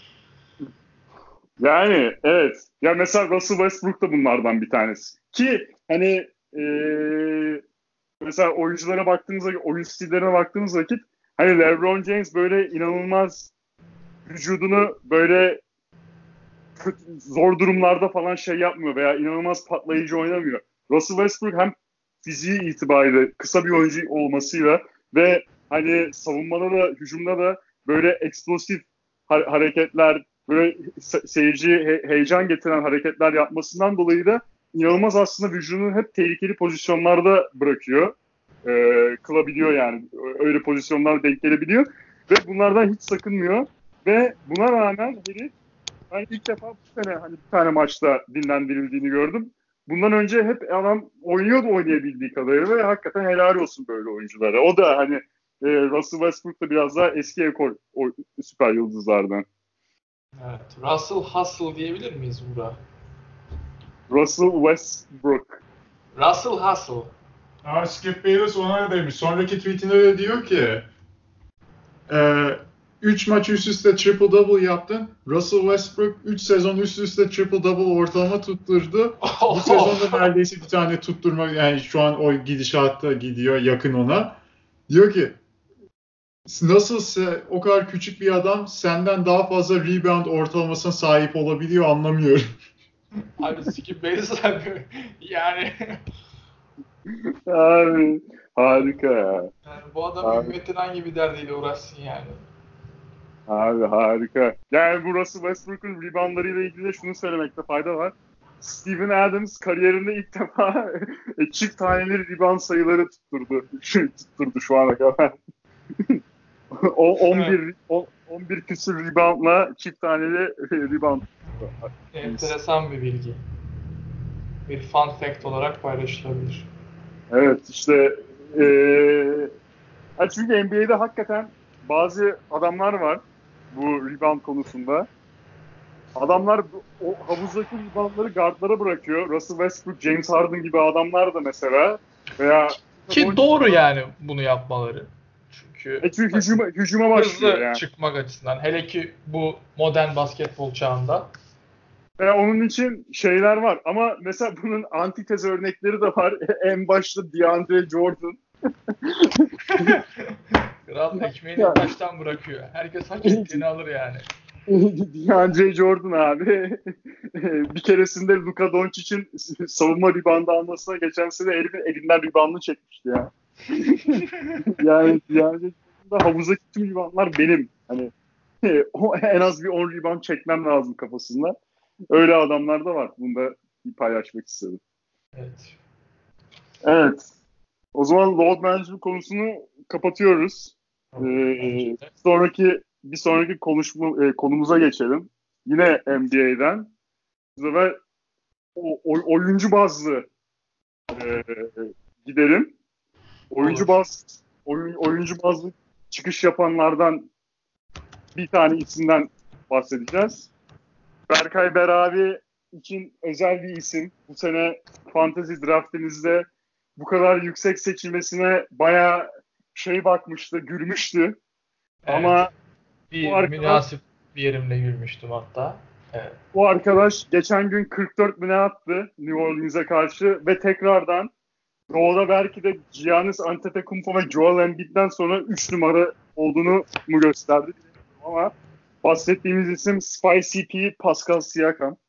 Yani evet. Ya mesela Russell Westbrook da bunlardan bir tanesi. Ki hani ee, mesela oyunculara baktığınız vakit, oyun stillerine baktığınız vakit hani LeBron James böyle inanılmaz vücudunu böyle kötü, zor durumlarda falan şey yapmıyor veya inanılmaz patlayıcı oynamıyor. Russell Westbrook hem fiziği itibariyle kısa bir oyuncu olmasıyla ve hani savunmada da hücumda da böyle eksplosif ha- hareketler, böyle se- seyirciye he- heyecan getiren hareketler yapmasından dolayı da inanılmaz aslında vücudunu hep tehlikeli pozisyonlarda bırakıyor. Ee, kılabiliyor yani. Öyle pozisyonlar denk gelebiliyor. Ve bunlardan hiç sakınmıyor. Ve buna rağmen herif ben ilk defa bu sene hani bir tane maçta dinlendirildiğini gördüm. Bundan önce hep adam oynuyordu oynayabildiği kadarıyla ve hakikaten helal olsun böyle oyunculara. O da hani e, Russell Westbrook da biraz daha eski ekol o, süper yıldızlardan. Evet. Russell Hustle diyebilir miyiz Burak? Russell Westbrook. Russell Hustle. Aa, Skip Bayless ona demiş. Sonraki tweetinde de diyor ki üç maç üst üste triple double yaptın. Russell Westbrook üç sezon üst üste triple double ortalama tutturdu. Bu sezon da neredeyse bir tane tutturma yani şu an o gidişatta gidiyor yakın ona. Diyor ki nasılsa o kadar küçük bir adam senden daha fazla rebound ortalamasına sahip olabiliyor anlamıyorum. Abi Skip Bayless abi. Yani Abi harika ya. yani bu adam Abi, ümmetin hangi bir derdiyle uğraşsın yani. abi harika. Yani bu Russell Westbrook'un reboundlarıyla ilgili de şunu söylemekte fayda var. Steven Adams kariyerinde ilk defa çift taneli rebound sayıları tutturdu. tutturdu şu ana kadar. o on bir on bir küsur reboundla çift taneli rebound. Enteresan bir bilgi. Bir fun fact olarak paylaşılabilir. Evet işte ee, çünkü N B A'de hakikaten bazı adamlar var bu rebound konusunda. Adamlar o havuzdaki reboundları guardlara bırakıyor. Russell Westbrook, James Harden gibi adamlar da mesela veya Ki doğru yani bunu yapmaları. Çünkü, e çünkü hücuma, hücuma başlıyor hızlı yani. çıkmak açısından. Hele ki bu modern basketbol çağında. Ve onun için şeyler var. Ama mesela bunun antitez örnekleri de var. En başta DeAndre Jordan. Kral ekmeğini taştan bırakıyor. Herkes hak ettiğini alır yani. DeAndre Jordan abi. Bir keresinde Luka Doncic'in savunma ribandı almasına geçen sene herifin elinden ribandını çekmişti ya. Yani DeAndre Jordan'da havuzdaki tüm ribandlar benim. Hani en az bir on riband çekmem lazım kafasında. Öyle adamlar da var. Bunu da paylaşmak istedim. Evet. Evet. O zaman load management konusunu kapatıyoruz. Ee, sonraki bir sonraki konuşma e, konumuza geçelim. Yine N B A'den. Bu sefer o, oy, oyuncu bazlı e, gidelim. Oyuncu baz oyun, oyuncu bazlı çıkış yapanlardan bir tane isimden bahsedeceğiz. Berkay Berabi için özel bir isim. Bu sene Fantasy Draft'inizde bu kadar yüksek seçilmesine bayağı şey bakmıştı, gülmüştü. Evet. Ama bir bu arkadaş, münasip bir yerimle gülmüştüm hatta. Evet. Bu arkadaş geçen gün kırk dört bine attı New Orleans'a karşı ve tekrardan Doğu'da belki de Giannis Antetokounmpo ve Joel Embiid'den sonra üç numara olduğunu mu gösterdi ama bahsettiğimiz isim Spicy P, Pascal Siakam.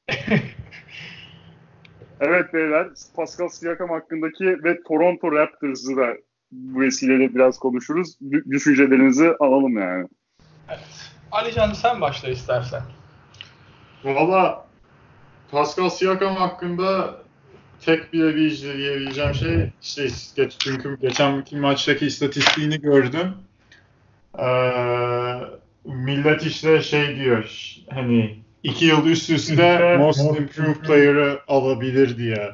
Evet beyler, Pascal Siakam hakkındaki ve Toronto Raptors'ı da bu vesileyle biraz konuşuruz. D- düşüncelerinizi alalım yani. Evet. Ali Can sen başla istersen. Valla Pascal Siakam hakkında tek bilebileceğim diyebileceğim şey işte geç, çünkü geçen maçtaki istatistiğini gördüm. Ee, millet işte şey diyor hani iki yıl üst üste Most Improved Player'ı alabilir diye.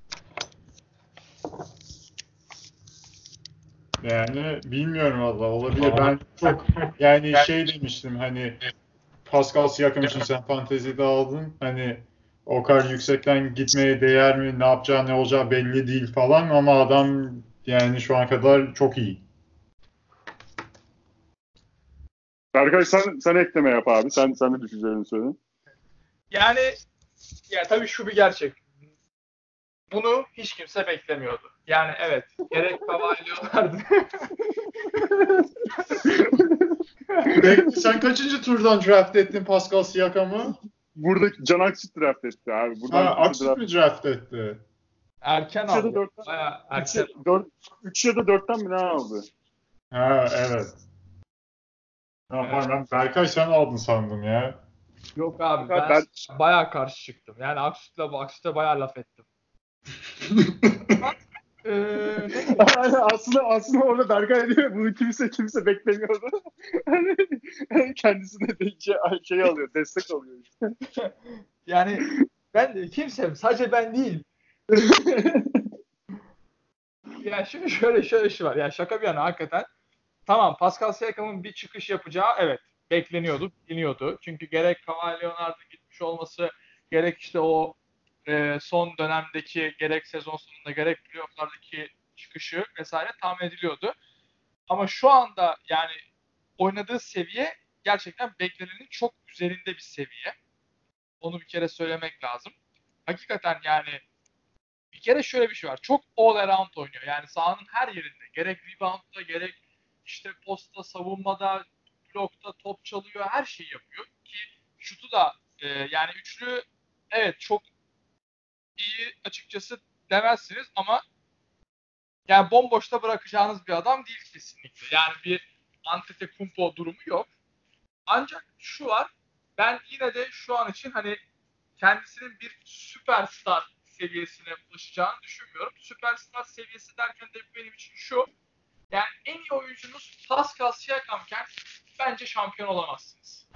Yani bilmiyorum valla olabilir. Ben çok yani şey demiştim hani Pascal Siakam için sen fantezide aldın. Hani o kadar yüksekten gitmeye değer mi? Ne yapacağı ne olacağı belli değil falan ama adam yani şu an kadar çok iyi. Berkay sen, sen ekleme yap abi. Sen, sen de düşüncelerini söyle. Yani ya tabii şu bir gerçek. Bunu hiç kimse beklemiyordu. Yani evet, gerek Kawhi Leonard'ı. Bekle, sen kaçıncı turdan draft ettin Pascal Siakam'ı? Buradaki Can Aksit draft etti abi. Buradan Ha, kimse Aksit draft mi draft etti? Erken üç ya da aldı. dörtten Bayağı erken. üç ya da dörtten mi ne aldı? Ha, evet. Ha, Evet. ben Berkay sen aldın sandım ya. Yok abi, Ben- ben bayağı karşı çıktım. Yani Aksut'la Aksut'a bayağı laf ettim. Ee, ne? Yani aslında aslında orada Berkay diyor bunu kimse kimse beklemiyordu. Hani kendisine de şey, şey alıyor, destek alıyor işte. Yani ben de kimsem, sadece ben değil. Ya şimdi şöyle şöyle şey var. Ya şaka bir yana hakikaten. Tamam, Pascal Siakam'ın bir çıkış yapacağı evet bekleniyordu, biliniyordu. Çünkü gerek Kawhi Leonard'ın gitmiş olması, gerek işte o e, son dönemdeki gerek sezon sonunda gerek playoff'lardaki çıkışı vesaire tahmin ediliyordu. Ama şu anda yani oynadığı seviye gerçekten beklenenin çok üzerinde bir seviye. Onu bir kere söylemek lazım. Hakikaten yani bir kere şöyle bir şey var. Çok all around oynuyor. Yani sahanın her yerinde. Gerek reboundda, gerek işte posta, savunmada, blokta top çalıyor. Her şeyi yapıyor. Ki şutu da e, yani üçlü evet çok iyi açıkçası demezsiniz ama yani bomboşta bırakacağınız bir adam değil kesinlikle. Yani bir Antetokounmpo durumu yok. Ancak şu var. Ben yine de şu an için hani kendisinin bir süperstar seviyesine ulaşacağını düşünmüyorum. Süperstar seviyesi derken de benim için şu. Yani en iyi oyuncunuz Pascal Siakam'ken bence şampiyon olamazsınız.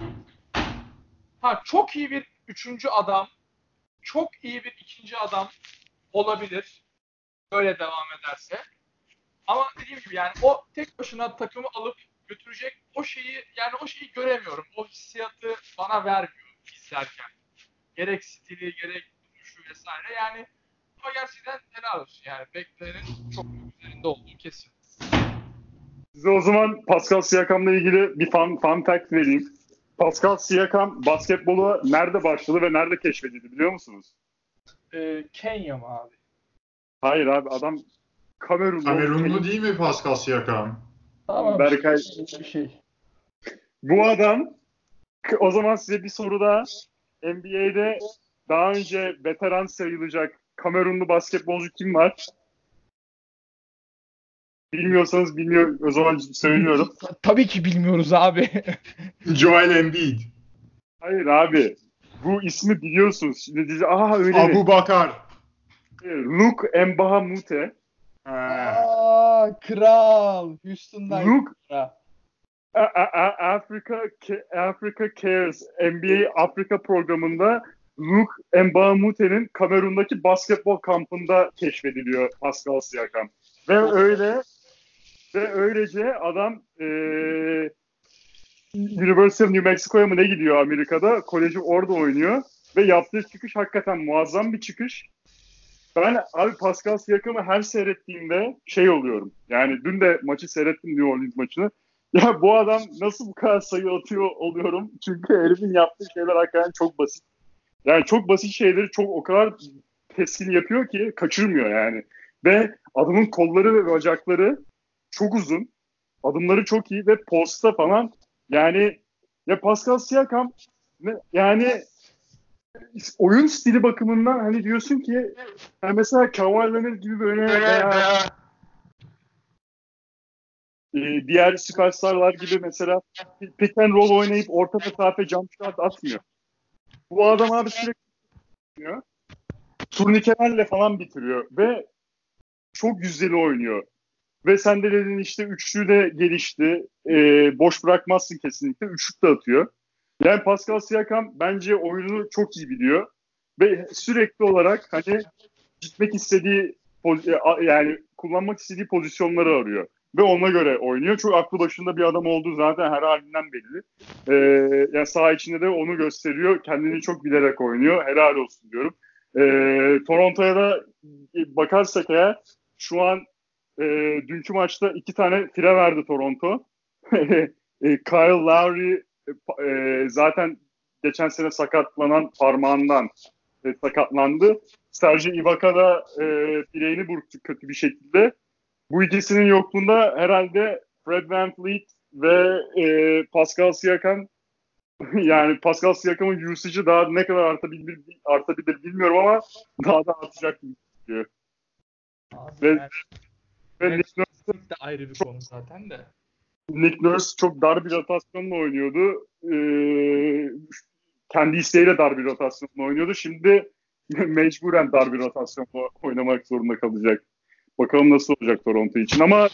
Ha, çok iyi bir üçüncü adam, çok iyi bir ikinci adam olabilir. Böyle devam ederse. Ama dediğim gibi yani o tek başına takımı alıp götürecek o şeyi yani o şeyi göremiyorum. O hissiyatı bana vermiyor izlerken. Gerek stili, gerek duruşu vesaire. Yani ama gerçekten helal olsun. Yani beklenenin çok üzerinde olduğu kesin. Size o zaman Pascal Siakam'la ilgili bir fun, fun fact vereyim. Pascal Siakam basketbola nerede başladı ve nerede keşfedildi biliyor musunuz? Ee, Kenya mı abi? Hayır abi adam Kamerunlu. Kamerunlu değil mi Pascal Siakam? Tamam. Berkay. Bir şey. Bu adam o zaman size bir soru daha. N B A'de daha önce veteran sayılacak Kamerunlu basketbolcu kim var? Bilmiyorsanız bilmiyor o zaman söylüyorum. Tabii ki bilmiyoruz abi. Joel Embiid. Hayır abi. Bu ismi biliyorsunuz. Şimdi dizi aha öyle mi? Abu Bakar. Luke Mbahamute. Aa, kral. Houston'dan. Luke Ya. A- A- Africa Africa Cares N B A Afrika programında Luke Mbamute'nin Kamerun'daki basketbol kampında keşfediliyor Pascal Siakam. Ve öyle ve öylece adam e, University of New Mexico'ya mı ne gidiyor Amerika'da? Koleji orada oynuyor ve yaptığı çıkış hakikaten muazzam bir çıkış. Ben abi Pascal Siakam'ı her seyrettiğimde şey oluyorum. Yani dün de maçı seyrettim New Orleans maçını. Ya bu adam nasıl bu kadar sayı atıyor oluyorum. Çünkü herifin yaptığı şeyler hakikaten çok basit. Yani çok basit şeyleri çok o kadar keskin yapıyor ki kaçırmıyor yani. Ve adamın kolları ve bacakları çok uzun. Adımları çok iyi ve posta falan. Yani ya Pascal Siakam ne, yani oyun stili bakımından hani diyorsun ki yani mesela Kawhi Leonard gibi böyle veya e, diğer süperstarlar gibi mesela pick and roll oynayıp orta mesafe jump shot atmıyor. Bu adam abi sürekli bitiriyor. Turnikelerle falan bitiriyor ve çok güzel oynuyor. Ve sen de dedin işte üçlü de gelişti. Ee, boş bırakmazsın kesinlikle. Üçlük de atıyor. Yani Pascal Siakam bence oyunu çok iyi biliyor. Ve sürekli olarak hani gitmek istediği yani kullanmak istediği pozisyonları arıyor. Ve ona göre oynuyor. Çok aklı başında bir adam olduğu zaten her halinden belli. Ee, yani saha içinde de onu gösteriyor. Kendini çok bilerek oynuyor. Helal olsun diyorum. Ee, Toronto'ya da bakarsak eğer şu an e, dünkü maçta iki tane fire verdi Toronto. e, Kyle Lowry e, zaten geçen sene sakatlanan parmağından e, sakatlandı. Serge Ibaka da e, bileğini burktu kötü bir şekilde. Bu ikisinin yokluğunda herhalde Fred VanVleet ve e, Pascal Siakam yani Pascal Siakam'ın usage'ı daha ne kadar artabilir, artabilir bilmiyorum ama daha da artacak gibi gözüküyor. Abi Ve, yani, ve Nick Nurse de ayrı bir konu zaten de. Nick Nurse çok dar bir rotasyonla oynuyordu. Ee, kendi isteğiyle dar bir rotasyonla oynuyordu. Şimdi mecburen dar bir rotasyonla oynamak zorunda kalacak. Bakalım nasıl olacak Toronto için ama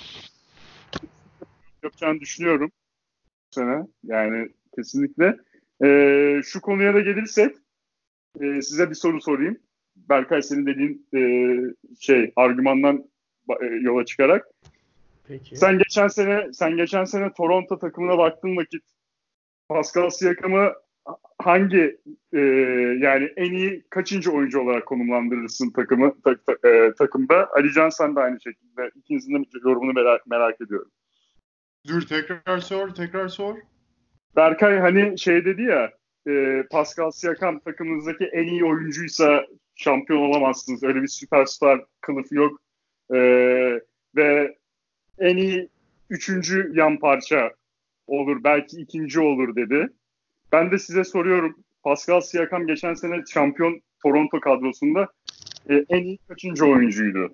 yapacağını düşünüyorum bu sene. Yani kesinlikle. Ee, şu konuya da gelirsek e, size bir soru sorayım. Berkay senin dediğin e, şey argümandan e, yola çıkarak. Peki. Sen geçen sene sen geçen sene Toronto takımına baktığın vakit Pascal Siakam'ı hangi e, yani en iyi kaçıncı oyuncu olarak konumlandırırsın takımı ta, ta, e, takımda? Alican sen de aynı şekilde. İkinizin de yorumunu merak, merak ediyorum. Dur tekrar sor, tekrar sor. Berkay hani şey dedi ya e, Pascal Siakam takımınızdaki en iyi oyuncuysa şampiyon olamazsınız. Öyle bir süperstar kılıfı yok. E, ve en iyi üçüncü yan parça olur. Belki ikinci olur dedi. Ben de size soruyorum. Pascal Siakam geçen sene şampiyon Toronto kadrosunda e, en iyi kaçıncı oyuncuydu?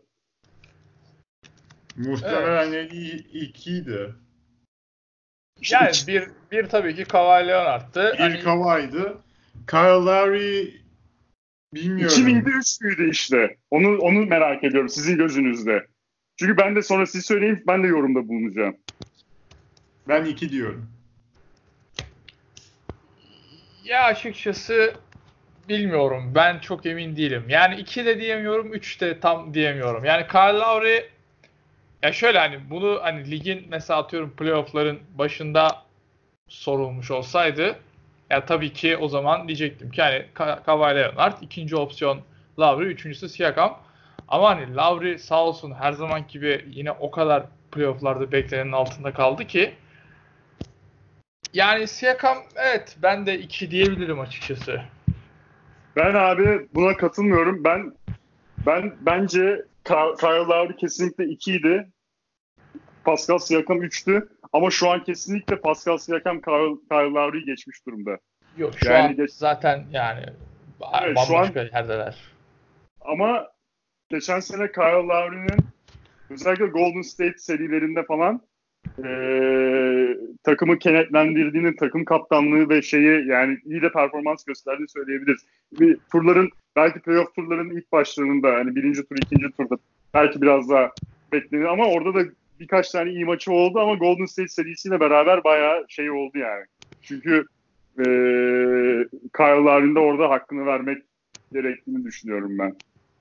Muhtemelen en iyi ikiydi. Yani bir, bir tabii ki Kawhi Leonard'tı. Bir hani... Kawhi'ydı. Kyle Lowry bilmiyorum. iki miydi üç müydü işte? Onu onu merak ediyorum sizin gözünüzde. Çünkü ben de sonra siz söyleyin ben de yorumda bulunacağım. Ben iki diyorum. Ya açıkçası bilmiyorum. Ben çok emin değilim. Yani iki de diyemiyorum, üç de tam diyemiyorum. Yani Kyle Lowry ya şöyle hani bunu hani ligin mesela atıyorum playoff'ların başında sorulmuş olsaydı ya tabii ki o zaman diyecektim ki hani Kawhi Leonard ikinci opsiyon Lowry, üçüncüsü Siakam. Ama hani Lowry sağ olsun her zaman gibi yine o kadar playoff'larda beklenenin altında kaldı ki yani Siakam evet ben de iki diyebilirim açıkçası. Ben abi buna katılmıyorum. Ben ben bence Kyle Lowry kesinlikle ikiydi. Pascal Siakam üçtü. Ama şu an kesinlikle Pascal Siakam Kyle, Kyle Lowry'yi geçmiş durumda. Yok şu yani an geç... zaten yani evet, bambaşka an... yerdeler. Ama geçen sene Kyle Lowry'nin özellikle Golden State serilerinde falan e, takımı kenetlendirdiğini, takım kaptanlığı ve şeyi yani iyi de performans gösterdiğini söyleyebiliriz. Bir turların belki playoff turlarının ilk başlarında hani birinci tur, ikinci turda belki biraz daha beklenir ama orada da birkaç tane iyi maçı oldu ama Golden State serisiyle beraber bayağı şey oldu yani. Çünkü e, Kyle Lowry'nin de orada hakkını vermek gerektiğini düşünüyorum ben.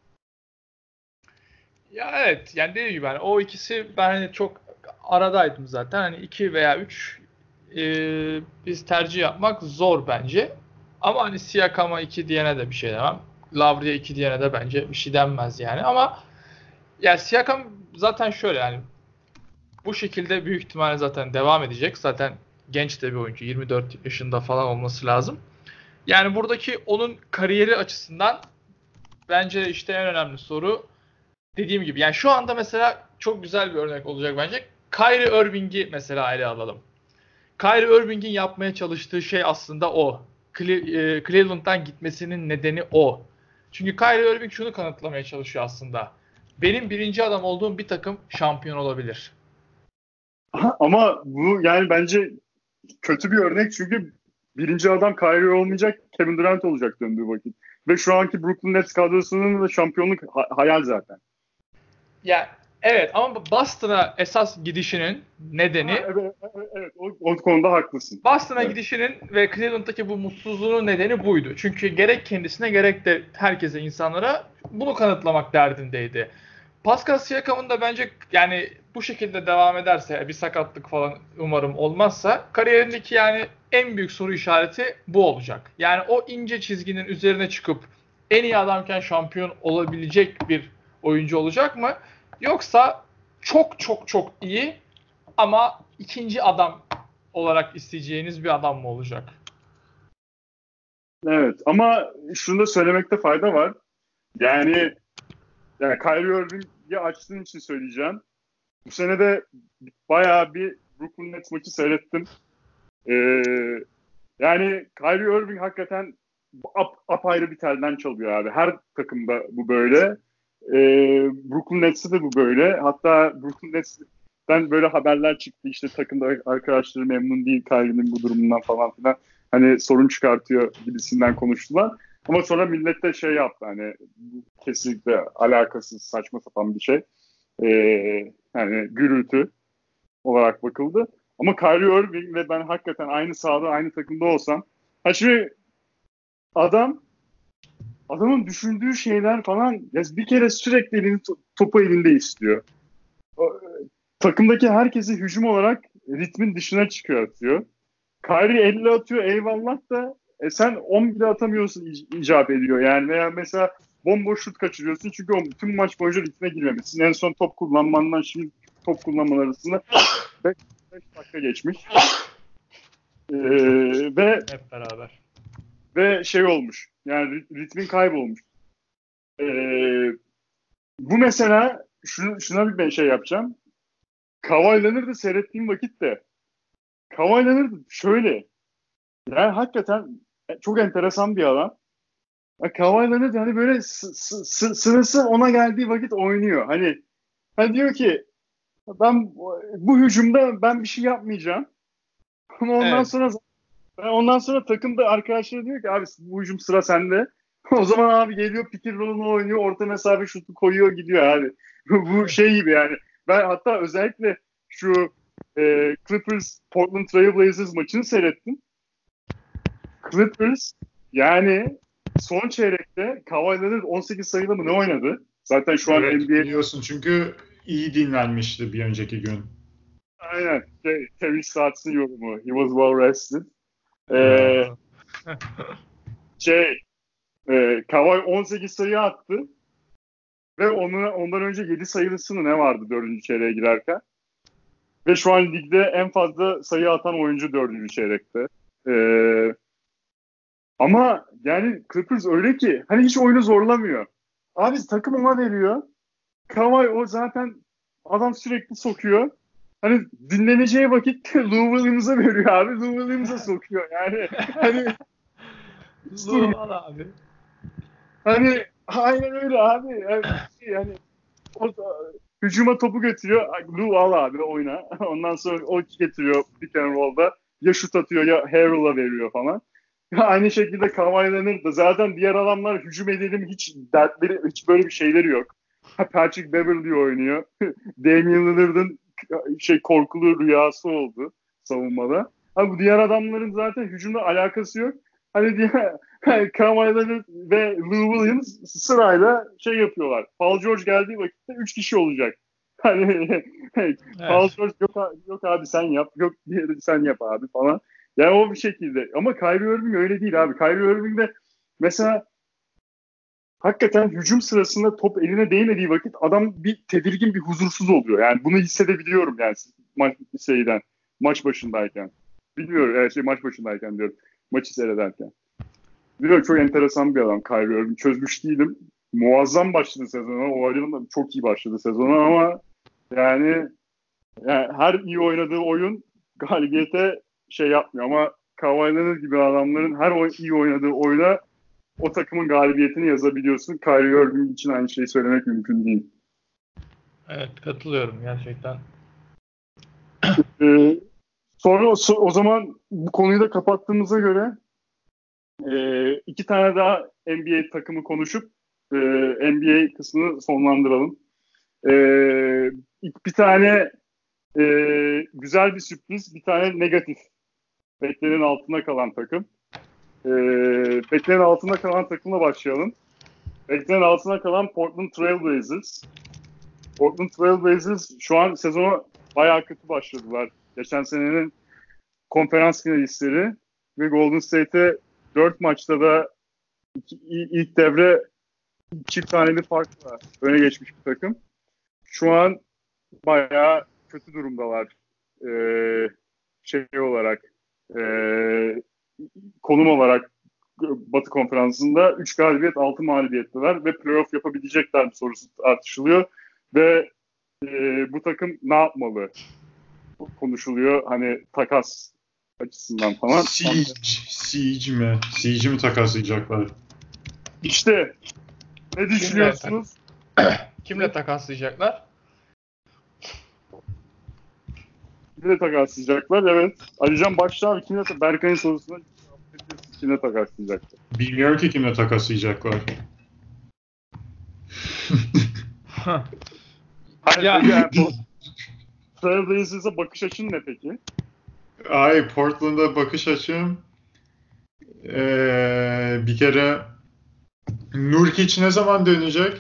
Ya evet yani dediğim gibi hani o ikisi ben hani çok aradaydım zaten. Hani iki veya üç e, biz tercih yapmak zor bence. Ama hani Siakam'a iki diyene de bir şey demem. Lavri'ye iki diyene de bence bir şey denmez yani. Ama ya Siakam zaten şöyle yani bu şekilde büyük ihtimalle zaten devam edecek. Zaten genç de bir oyuncu. yirmi dört yaşında falan olması lazım. Yani buradaki onun kariyeri açısından bence işte en önemli soru dediğim gibi. Yani şu anda mesela çok güzel bir örnek olacak bence. Kyrie Irving'i mesela ele alalım. Kyrie Irving'in yapmaya çalıştığı şey aslında o. Cleveland'dan gitmesinin nedeni o. Çünkü Kyrie Irving şunu kanıtlamaya çalışıyor aslında. Benim birinci adam olduğum bir takım şampiyon olabilir. Ama bu yani bence kötü bir örnek çünkü birinci adam Kyrie olmayacak, Kevin Durant olacak döndüğü vakit. Ve şu anki Brooklyn Nets kadrosunun da şampiyonluk ha- hayal zaten. Ya evet ama Boston'a esas gidişinin nedeni Ha, evet, evet, evet o, o konuda haklısın. Boston'a Evet. gidişinin ve Cleveland'daki bu mutsuzluğunun nedeni buydu. Çünkü gerek kendisine gerek de herkese, insanlara bunu kanıtlamak derdindeydi. Pascal Siakam'ın da bence yani bu şekilde devam ederse, bir sakatlık falan umarım olmazsa, kariyerindeki yani en büyük soru işareti bu olacak. Yani o ince çizginin üzerine çıkıp en iyi adamken şampiyon olabilecek bir oyuncu olacak mı? Yoksa çok çok çok iyi ama ikinci adam olarak isteyeceğiniz bir adam mı olacak? Evet ama şunu da söylemekte fayda var. Yani, yani Kyrie Irving'i açtığın için söyleyeceğim. Bu sene de bayağı bir Brooklyn Nets maçı seyrettim. Ee, yani Kyrie Irving hakikaten ap, apayrı bir telden çalıyor abi. Her takımda bu böyle. Ee, Brooklyn Nets'te de bu böyle. Hatta Brooklyn Nets'ten böyle haberler çıktı. İşte takımda arkadaşları memnun değil Kyrie'nin bu durumundan falan filan. Hani sorun çıkartıyor gibisinden konuştular. Ama sonra millet de şey yaptı hani kesinlikle alakasız saçma sapan bir şey. Ee, yani gürültü olarak bakıldı. Ama Kyrie Irving ve ben hakikaten aynı sahada aynı takımda olsam ha şimdi adam adamın düşündüğü şeyler falan ya bir kere sürekli elini topu elinde istiyor. O, takımdaki herkesi hücum olarak ritmin dışına çıkartıyor. Kyrie elli atıyor eyvallah da e sen on bile atamıyorsun icap ediyor. Yani veya mesela bomboş şut kaçırıyorsun çünkü o tüm maç boyunca ritme girmemişsin. En son top kullanmandan şimdi top kullanmalar arasında beş dakika geçmiş. Ee, ve Hep beraber. ve şey olmuş. Yani ritmin kaybolmuş. Ee, bu mesela şunu, şuna bir ben şey yapacağım. Kawhi Leonard'ı seyrettiğim vakitte Kawhi Leonard şöyle yani hakikaten çok enteresan bir adam. Yani Kawhi Leonard hani böyle s- s- sırası ona geldiği vakit oynuyor. Hani, hani diyor ki ben bu hücumda ben bir şey yapmayacağım. Ama ondan Evet. sonra ondan sonra takımda arkadaşları diyor ki abi bu hücum sıra sende. O zaman abi geliyor pick and roll'unu oynuyor. Orta mesafe şutu koyuyor gidiyor abi. Bu şey gibi yani. Ben hatta özellikle şu e, Clippers Portland Trail Blazers maçını seyrettim. Clippers yani son çeyrekte Kawhi Leonard on sekiz sayıda mı ne oynadı? Zaten şu an Evet, N B A biliyorsun çünkü iyi dinlenmişti bir önceki gün. aynen şey, Terry Stotts'ın yorumu. He was well rested. Ee, Aa. şey e, Kawhi on sekiz sayı attı. Ve onu, ondan önce yedi sayılısını ne vardı dördüncü çeyreğe girerken. Ve şu an ligde en fazla sayı atan oyuncu dördüncü çeyrekte. Ee, ama yani Clippers öyle ki hani hiç oyunu zorlamıyor. Abi takım ona veriyor. Kawhi o zaten adam sürekli sokuyor. Hani dinleneceği vakit Lou Williams'a veriyor abi. Lou Williams'a sokuyor. Yani hani hiç Lu durmuyor. al abi. Hani aynen öyle abi. Yani, yani o hücuma topu götürüyor. Lou al abi oyna. Ondan sonra o getiriyor pick and roll'da. Ya şut atıyor ya Harrell'a veriyor falan. Aynı şekilde Kawhi Leonard da zaten diğer adamlar hücum edelim hiç dertleri hiç böyle bir şeyleri yok. Patrick Beverley oynuyor. Damian Lillard'ın şey korkulu rüyası oldu savunmada. Ha, bu diğer adamların zaten hücumla alakası yok. Hani diğer Kawhi Leonard ve Lou Williams sırayla şey yapıyorlar. Paul George geldiği vakitte üç kişi olacak. Hani Paul Evet. George yok, yok abi sen yap, yok diğeri sen yap abi falan. Yani o bir şekilde. Ama Kyrie Irving öyle değil abi. Kyrie Irving de mesela hakikaten hücum sırasında top eline değmediği vakit adam bir tedirgin, bir huzursuz oluyor. Yani bunu hissedebiliyorum yani maç şeyden, maç başındayken. Bilmiyorum, evet, şey, maç başındayken diyorum. Maçı seyrederken. Biliyorum çok enteresan bir adam Kyrie Irving. Çözmüş değilim. Muazzam başladı sezona. O açıdan çok iyi başladı sezona ama yani, yani her iyi oynadığı oyun galibiyete şey yapmıyor ama Kawhi Leonard gibi adamların her oy, iyi oynadığı oyuna o takımın galibiyetini yazabiliyorsun. Kyrie Irving için aynı şeyi söylemek mümkün değil. Evet, katılıyorum gerçekten. Ee, sonra o, o zaman bu konuyu da kapattığımıza göre e, iki tane daha N B A takımı konuşup e, N B A kısmını sonlandıralım. E, bir tane e, güzel bir sürpriz, bir tane negatif. Beklenenin altında kalan takım. E, beklenenin altında kalan takımla başlayalım. Beklenenin altında kalan Portland Trail Blazers. Portland Trail Blazers şu an sezona bayağı kötü başladılar. Geçen senenin konferans finalistleri ve Golden State'e dört maçta da iki, ilk devre çift taneli farkla öne geçmiş bir takım. Şu an bayağı kötü durumdalar. Ee, şey olarak e, konum olarak Batı Konferansı'nda üç galibiyet altı mağlubiyetteler ve playoff yapabilecekler mi sorusu tartışılıyor ve e, bu takım ne yapmalı konuşuluyor hani takas açısından falan. Siege, Siege mi? Siege mi takaslayacaklar? İşte ne düşünüyorsunuz? Kimle takaslayacaklar? Kimle takaslayacaklar? Evet. Alican başla abi. Kimle Berkay'ın sorusuna kimle takaslayacaklar? Bilmiyorum ki kimle takaslayacaklar. Hayır, Ya. yani, Trailblazers'a bakış açın ne peki? Ay Portland'a bakış açım ee, bir kere Nurkic ne zaman dönecek?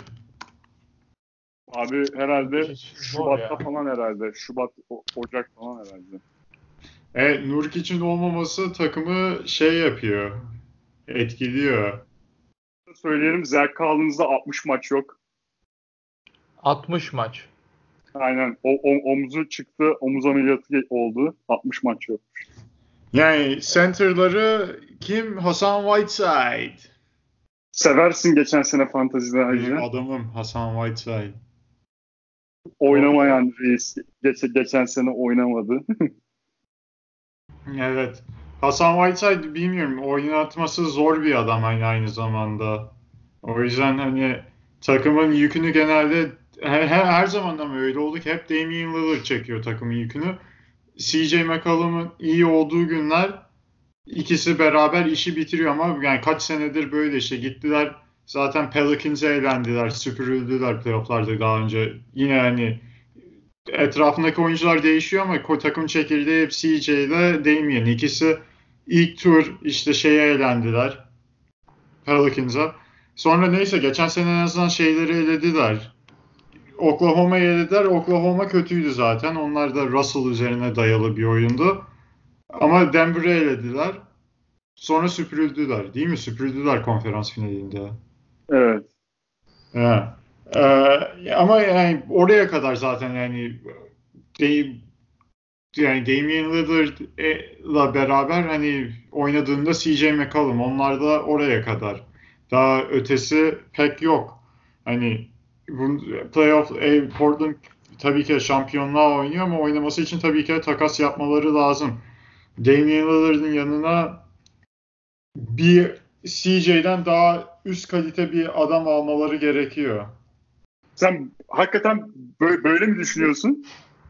Abi herhalde Hiç zor Şubat'ta ya. falan herhalde. Şubat, o- Ocak falan herhalde. E, Nurkic'in olmaması takımı şey yapıyor, etkiliyor. Söyleyelim Zach Collins'da altmış maç yok. altmış maç. Aynen. O, o, omuzu çıktı. Omuz ameliyatı oldu. altmış maç yok. Yani center'ları kim? Hasan Whiteside. Seversin geçen sene fantezide Benim Hacı. adamım Hasan Whiteside. Oynamayan reis. Geç, geçen sene oynamadı. Evet. Hasan Whiteside bilmiyorum. Oynatması zor bir adam hani aynı zamanda. O yüzden hani takımın yükünü genelde her, her, her zaman da mı öyle oldu ki hep Damian Lillard çekiyor takımın yükünü. C J McCollum'un iyi olduğu günler ikisi beraber işi bitiriyor ama yani kaç senedir böyle işte gittiler zaten Pelicans'e eğlendiler, süpürüldüler playoff'larda daha önce. Yine hani etrafındaki oyuncular değişiyor ama takım çekirdeği hep C J ile Damian. İkisi ilk tur işte şeye eğlendiler. Pelicans'a. Sonra neyse geçen sene en azından şeyleri elediler. Oklahoma'yı elediler. Oklahoma kötüydü zaten. Onlar da Russell üzerine dayalı bir oyundu. Ama Denver'ı elediler. Sonra süpürüldüler. Değil mi? Süpürüldüler konferans finalinde. Evet. Evet. Ee, ama yani oraya kadar zaten yani de, yani Damian Lillard'la beraber hani oynadığında C J McCollum onlar da oraya kadar. Daha ötesi pek yok. Hani bu playoff e, Portland tabii ki şampiyonluğa oynuyor ama oynaması için tabii ki takas yapmaları lazım. Damian Lillard'ın yanına bir C J'den daha üst kalite bir adam almaları gerekiyor. Sen hakikaten böyle, böyle mi düşünüyorsun?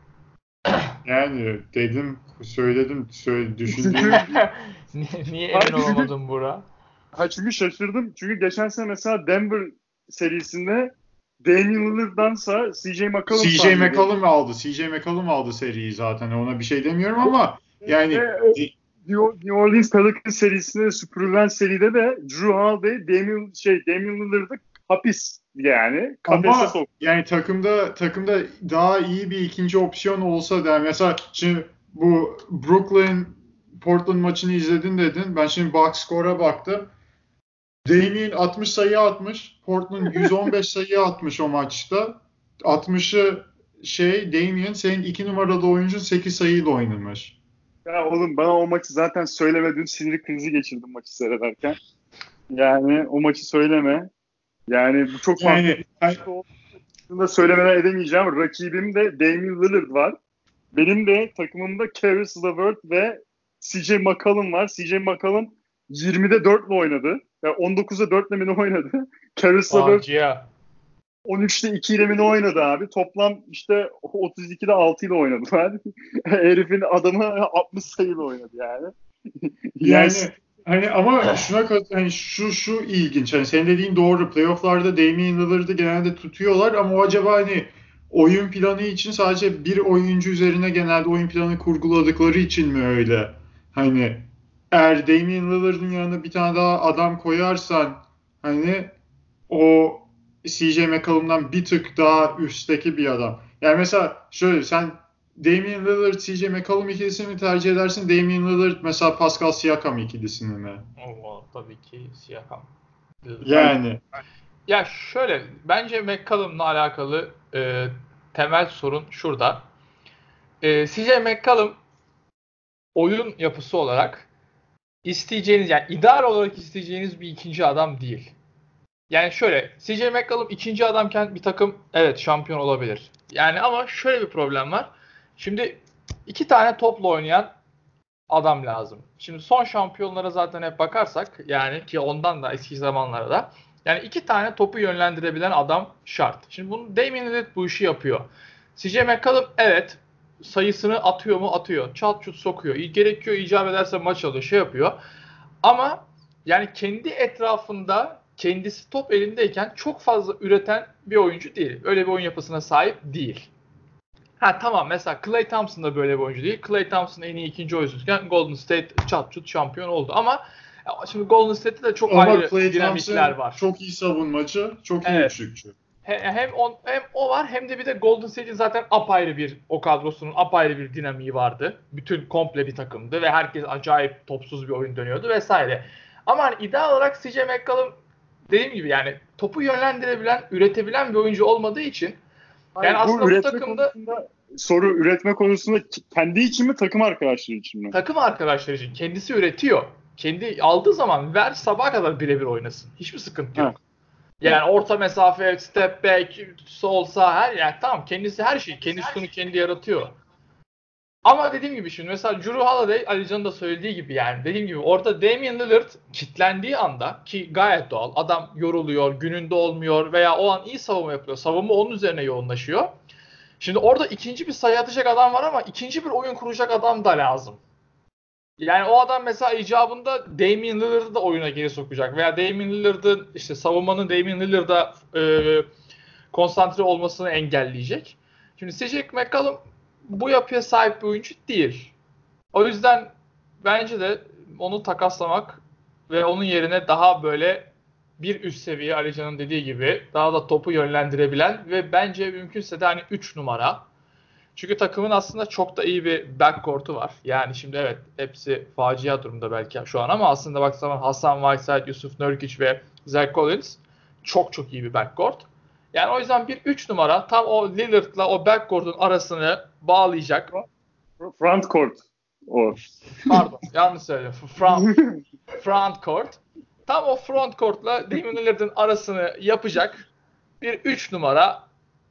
Yani dedim, söyledim, söyle, düşündüğüm. Niye, niye emin Hayır, olamadın Burak? Ha çünkü şaşırdım. Çünkü geçen sene mesela Denver serisinde Damian Lillard'dansa C J McCollum C J sahnede. McCollum aldı. C J McCollum aldı seriyi zaten. Ona bir şey demiyorum ama yani Ve New Orleans Pelicans serisinde süpürülen seride de Drew Holiday, Damian şey Damian Lillard'ı hapis yani kafese ama soktu. yani takımda takımda daha iyi bir ikinci opsiyon olsa da mesela şimdi bu Brooklyn Portland maçını izledin dedin. Ben şimdi box score'a baktım. Damian altmış sayı atmış. Portland yüz on beş sayı atmış o maçta. altmışı şey Damian senin iki numaralı oyuncun sekiz sayıyla oynamış. Ya oğlum bana o maçı zaten söylemedin, sinir krizi geçirdim maçı seyrederken. Yani o maçı söyleme. Yani bu çok farklı Yani, bir maç olduğunu söylemeden edemeyeceğim. Rakibimde Damian Lillard var. Benim de takımımda Caris LeVert ve C J McCollum var. C J McCollum yirmide dört ile oynadı. Yani on dokuzda dört ile mi ne oynadı? Caris LeVert Facia. on üçte iki ile mi ne oynadı abi? Toplam işte otuz ikide altı ile oynadılar. Herifin adamı altmış sayıyla oynadı yani. yani Hani ama şuna kat- hani şu şu ilginç. Hani senin dediğin doğru. Playoff'larda Damian Lillard'ı genelde tutuyorlar ama o acaba hani oyun planı için sadece bir oyuncu üzerine genelde oyun planı kurguladıkları için mi öyle? Hani eğer Damian Lillard'ın yanına bir tane daha adam koyarsan hani o C J McCollum'dan bir tık daha üstteki bir adam. Yani mesela şöyle sen Damian Lillard, C J McCollum ikilisini mi tercih edersin? Damian Lillard mesela Pascal Siakam ikilisini mi? Oo, tabii ki Siakam. Ben Yani Ya şöyle, bence McCollum'la alakalı e, temel sorun şurada. E, C J McCollum oyun yapısı olarak isteyeceğiniz, yani ideal olarak isteyeceğiniz bir ikinci adam değil. Yani şöyle, C J McCollum ikinci adamken bir takım evet şampiyon olabilir. Yani ama şöyle bir problem var. Şimdi iki tane topla oynayan adam lazım. Şimdi son şampiyonlara zaten hep bakarsak, yani ki ondan da eski zamanlara da, yani iki tane topu yönlendirebilen adam şart. Şimdi bunu Damian Lillard bu işi yapıyor. C J McCollum evet sayısını atıyor mu? Atıyor. Çat çut sokuyor. Gerekiyor, icap ederse maç alıyor, şey yapıyor. Ama yani kendi etrafında kendisi top elindeyken çok fazla üreten bir oyuncu değil. Öyle bir oyun yapısına sahip değil. Ha tamam, mesela Klay Thompson da böyle bir oyuncu değil. Klay Thompson en iyi ikinci oyuncuyken Golden State çat çut şampiyon oldu. Ama şimdi Golden State'te de çok ama ayrı Klay dinamikler Thompson var. çok iyi savunmacı, çok iyi Evet. üçlükçü. Hem, on, hem o var hem de bir de Golden State'in zaten apayrı bir, o kadrosunun apayrı bir dinamiği vardı. Bütün komple bir takımdı ve herkes acayip topsuz bir oyun dönüyordu vesaire. Ama hani ideal olarak C J McCollum dediğim gibi yani topu yönlendirebilen, üretebilen bir oyuncu olmadığı için yani hayır, bu aslında bu üretme takımda konusunda soru üretme konusunda kendi için mi takım arkadaşları için mi? takım arkadaşları için kendisi üretiyor. Kendi aldığı zaman ver sabaha kadar birebir oynasın. Hiçbir sıkıntı Ha. yok. Yani orta mesafe, step back, sol sağ her yer tamam. Kendisi her şeyi, kendi şutunu kendi yaratıyor. Ama dediğim gibi şimdi mesela Jrue Holiday, Alican'ın da söylediği gibi yani dediğim gibi orada Damian Lillard kilitlendiği anda ki gayet doğal. Adam yoruluyor, gününde olmuyor veya o an iyi savunma yapıyor. Savunma onun üzerine yoğunlaşıyor. Şimdi orada ikinci bir sayı atacak adam var ama ikinci bir oyun kuracak adam da lazım. Yani o adam mesela icabında Damian Lillard'ı da oyuna geri sokacak veya Damian Lillard'ın işte savunmanın Damian Lillard'a e, konsantre olmasını engelleyecek. Şimdi C J McCollum bu yapıya sahip bir oyuncu değil. O yüzden bence de onu takaslamak ve onun yerine daha böyle bir üst seviye Alican'ın dediği gibi daha da topu yönlendirebilen ve bence mümkünse de hani üç numara. Çünkü takımın aslında çok da iyi bir backcourt'u var. Yani şimdi evet hepsi facia durumda belki şu an ama aslında baksaman Hasan Whiteside, Yusuf Nurkic ve Zach Collins çok çok iyi bir backcourt. Yani o yüzden bir üç numara tam o Lillard'la o backcourt'un arasını bağlayacak. Front court o. Pardon yanlış söyledim. Front, front court. Tam o front court'la Damian Lillard'ın arasını yapacak bir üç numara.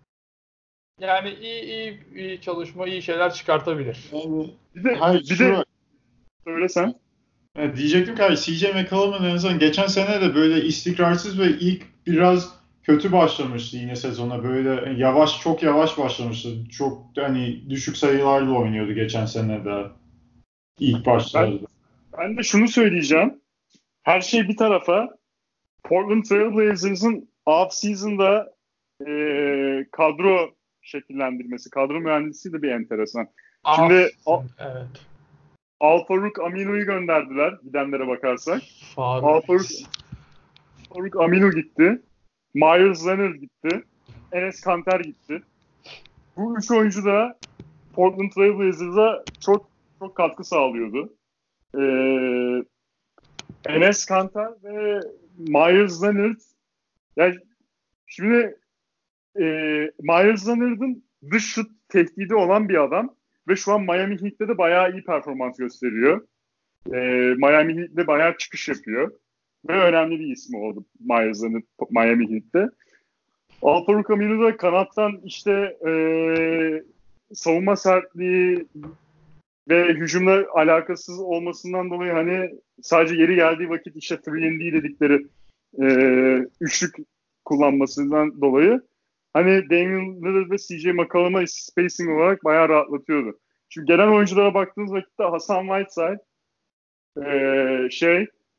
Yani iyi iyi iyi çalışma, iyi şeyler çıkartabilir. Yani Bir de hayır bir şu de söylesen. evet, diyecektim ki hayır, C J McCollum'un en azından geçen sene de böyle istikrarsız ve ilk biraz kötü başlamıştı yine sezona. Böyle yavaş, çok yavaş başlamıştı. Çok hani düşük sayılarla oynuyordu geçen sene de ilk Ben, başlarda. ben de şunu söyleyeceğim. Her şey bir tarafa. Portland Trail Blazers'ın off-season'da e, kadro şekillendirmesi, kadro mühendisi de bir enteresan. Ah, Şimdi Al- evet. Al-Farouk Amino'yu gönderdiler gidenlere bakarsak. Faruk. Al-Farouk Faruk Amino gitti. Myers Leonard gitti. Enes Kanter gitti. Bu üç oyuncu da Portland Trail Blazers'a çok çok katkı sağlıyordu. Ee, Enes Kanter ve Myers Leonard, yani şimdi e, Myers Leonard'ın dış şut tehdidi olan bir adam ve şu an Miami Heat'te de bayağı iyi performans gösteriyor. E, Miami Heat'te bayağı çıkış yapıyor. Ve önemli bir ismi oldu Myers Leonard Miami Heat'te. Al-Farouk Amino da kanattan işte e, savunma sertliği ve hücumla alakasız olmasından dolayı hani sadece yeri geldiği vakit işte üç and D dedikleri e, üçlük kullanmasından dolayı hani Damian Lillard ve C J McCollum'a spacing olarak bayağı rahatlatıyordu. Şimdi gelen oyunculara baktığınız vakitte Hasan Whiteside, e, şey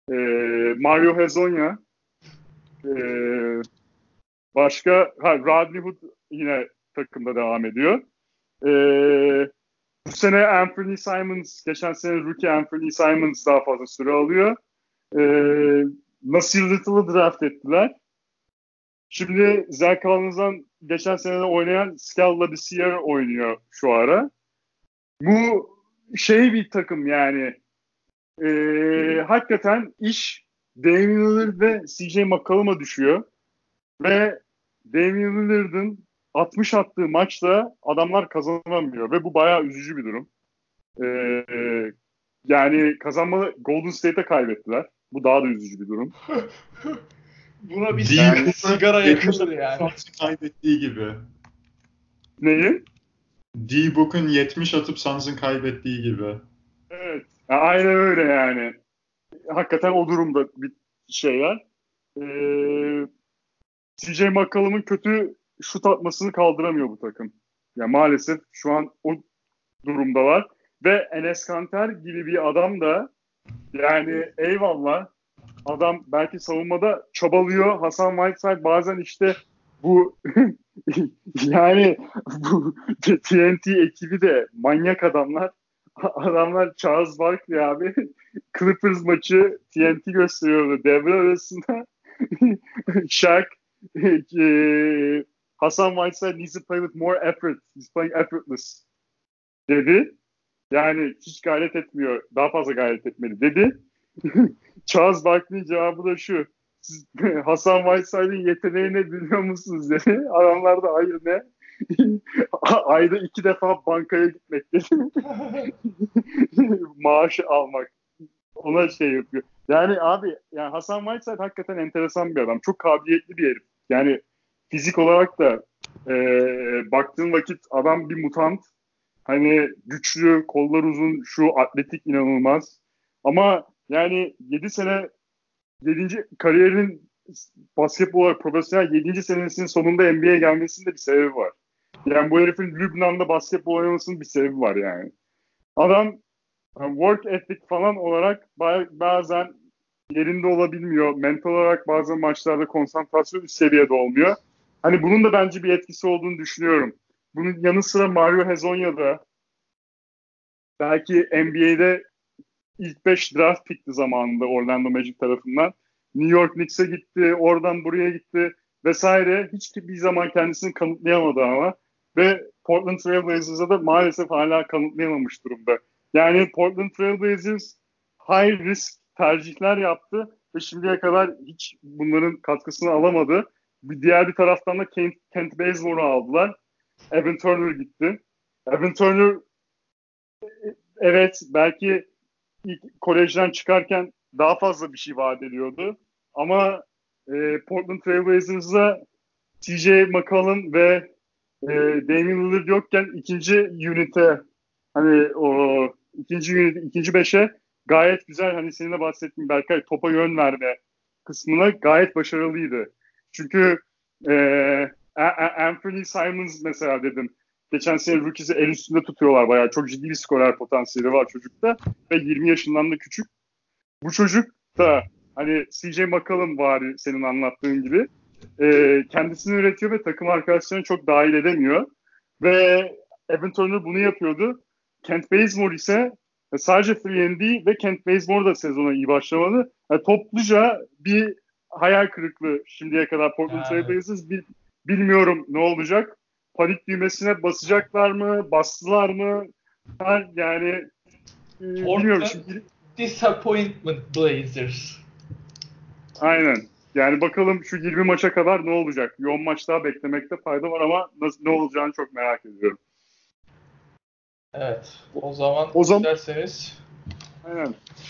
e, Mario Hezonja, e, başka ha, Rodney Hood yine takımda devam ediyor. E, bu sene Anthony Simons, geçen sene rookie Anthony Simons daha fazla süre alıyor. E, Nasir Little'ı draft ettiler. Şimdi Zach Collins'dan geçen sene oynayan Skal Labissiere oynuyor şu ara. Bu şey bir takım yani. E, hakikaten iş Damian Lillard ve C J McCollum'a düşüyor. Ve Damian Lillard'ın altmış attığı maçta adamlar kazanamıyor. Ve bu bayağı üzücü bir durum. E, yani kazanmalı Golden State'e kaybettiler. Bu daha da üzücü bir durum. Buna bir Yani- sigara yakılır yani. Suns'ın kaybettiği gibi. Neyi? D-Book'un yetmiş atıp Suns'ın kaybettiği gibi. Evet. Ya aynen öyle yani. Hakikaten o durumda bir şey var. Ee, C J McCollum'un kötü şut atmasını kaldıramıyor bu takım. Ya maalesef şu an o durumdalar. Ve Enes Kanter gibi bir adam da yani eyvallah adam belki savunmada çabalıyor. Hasan Whiteside bazen işte bu yani bu T N T ekibi de manyak adamlar. Adamlar Charles Barkley abi Clippers maçı T N T gösteriyordu. Devre arasında Shaq e, Hasan Whiteside needs to play with more effort. He's playing effortless dedi. Yani hiç gayret etmiyor. Daha fazla gayret etmeli dedi. Charles Barkley'in cevabı da şu. Siz Hasan Whiteside'in yeteneğini biliyor musunuz dedi. Adamlar da hayır ne? Ayda iki defa bankaya gitmek dedi. Maaş almak. Ona şey yapıyor. Yani abi yani Hasan Whiteside hakikaten enteresan bir adam. Çok kabiliyetli bir herif. Yani fizik olarak da e, baktığın vakit adam bir mutant. Hani güçlü, kollar uzun, şu atletik inanılmaz. Ama yani yedi sene yedinci kariyerinin basketbol olarak profesyonel yedinci senesinin sonunda N B A'ye gelmesinin de bir sebebi var. Yani bu herifin Lübnan'da basketbol oynamasının bir sebebi var yani. Adam work ethic falan olarak bazen yerinde olabilmiyor. Mental olarak bazı maçlarda konsantrasyon üst seviyede olmuyor. Hani bunun da bence bir etkisi olduğunu düşünüyorum. Bunun yanı sıra Mario Hezonja'da belki N B A'de ilk beş draft pick'ti zamanında Orlando Magic tarafından. New York Knicks'e gitti, oradan buraya gitti vesaire. Hiç bir zaman kendisini kanıtlayamadı ama. Ve Portland Trail Blazers'a da maalesef hala kanıtlayamamış durumda. Yani Portland Trail Blazers high risk tercihler yaptı ve şimdiye kadar hiç bunların katkısını alamadı. Bir diğer bir taraftan da Kent, Kent Bazemore'u aldılar. Evan Turner gitti. Evan Turner evet belki ilk kolejden çıkarken daha fazla bir şey vaat ediyordu. Ama e, Portland Trail Blazers'da T J McCollum ve e, Damian Lillard yokken ikinci unit'e hani o ikinci unit, ikinci beşe gayet güzel hani senin de bahsettiğin Berkay topa yön verme kısmına gayet başarılıydı. Çünkü e, Anthony Simons mesela dedim. Geçen sene Rookies'i el üstünde tutuyorlar bayağı. Çok ciddi bir skorer potansiyeli var çocukta. Ve yirmi yaşından da küçük. Bu çocuk da hani C J McCollum var senin anlattığın gibi. E, kendisini üretiyor ve takım arkadaşlarını çok dahil edemiyor. Ve Evan Turner bunu yapıyordu. Kent Bazemore ise sadece üç and D ve Kent Bazemore da sezona iyi başlamadı. Yani topluca bir hayal kırıklığı şimdiye kadar Portland Trail Blazers. Bir, bilmiyorum ne olacak. Panik düğmesine basacaklar mı? Bastılar mı? Yani e, bilmiyorum. Şimdi... Disappointment Blazers. Aynen. Yani bakalım şu yirmi maça kadar ne olacak? Yoğun maç daha beklemekte fayda var ama nasıl, ne olacağını çok merak ediyorum. Evet. O zaman o zaman isterseniz aynen.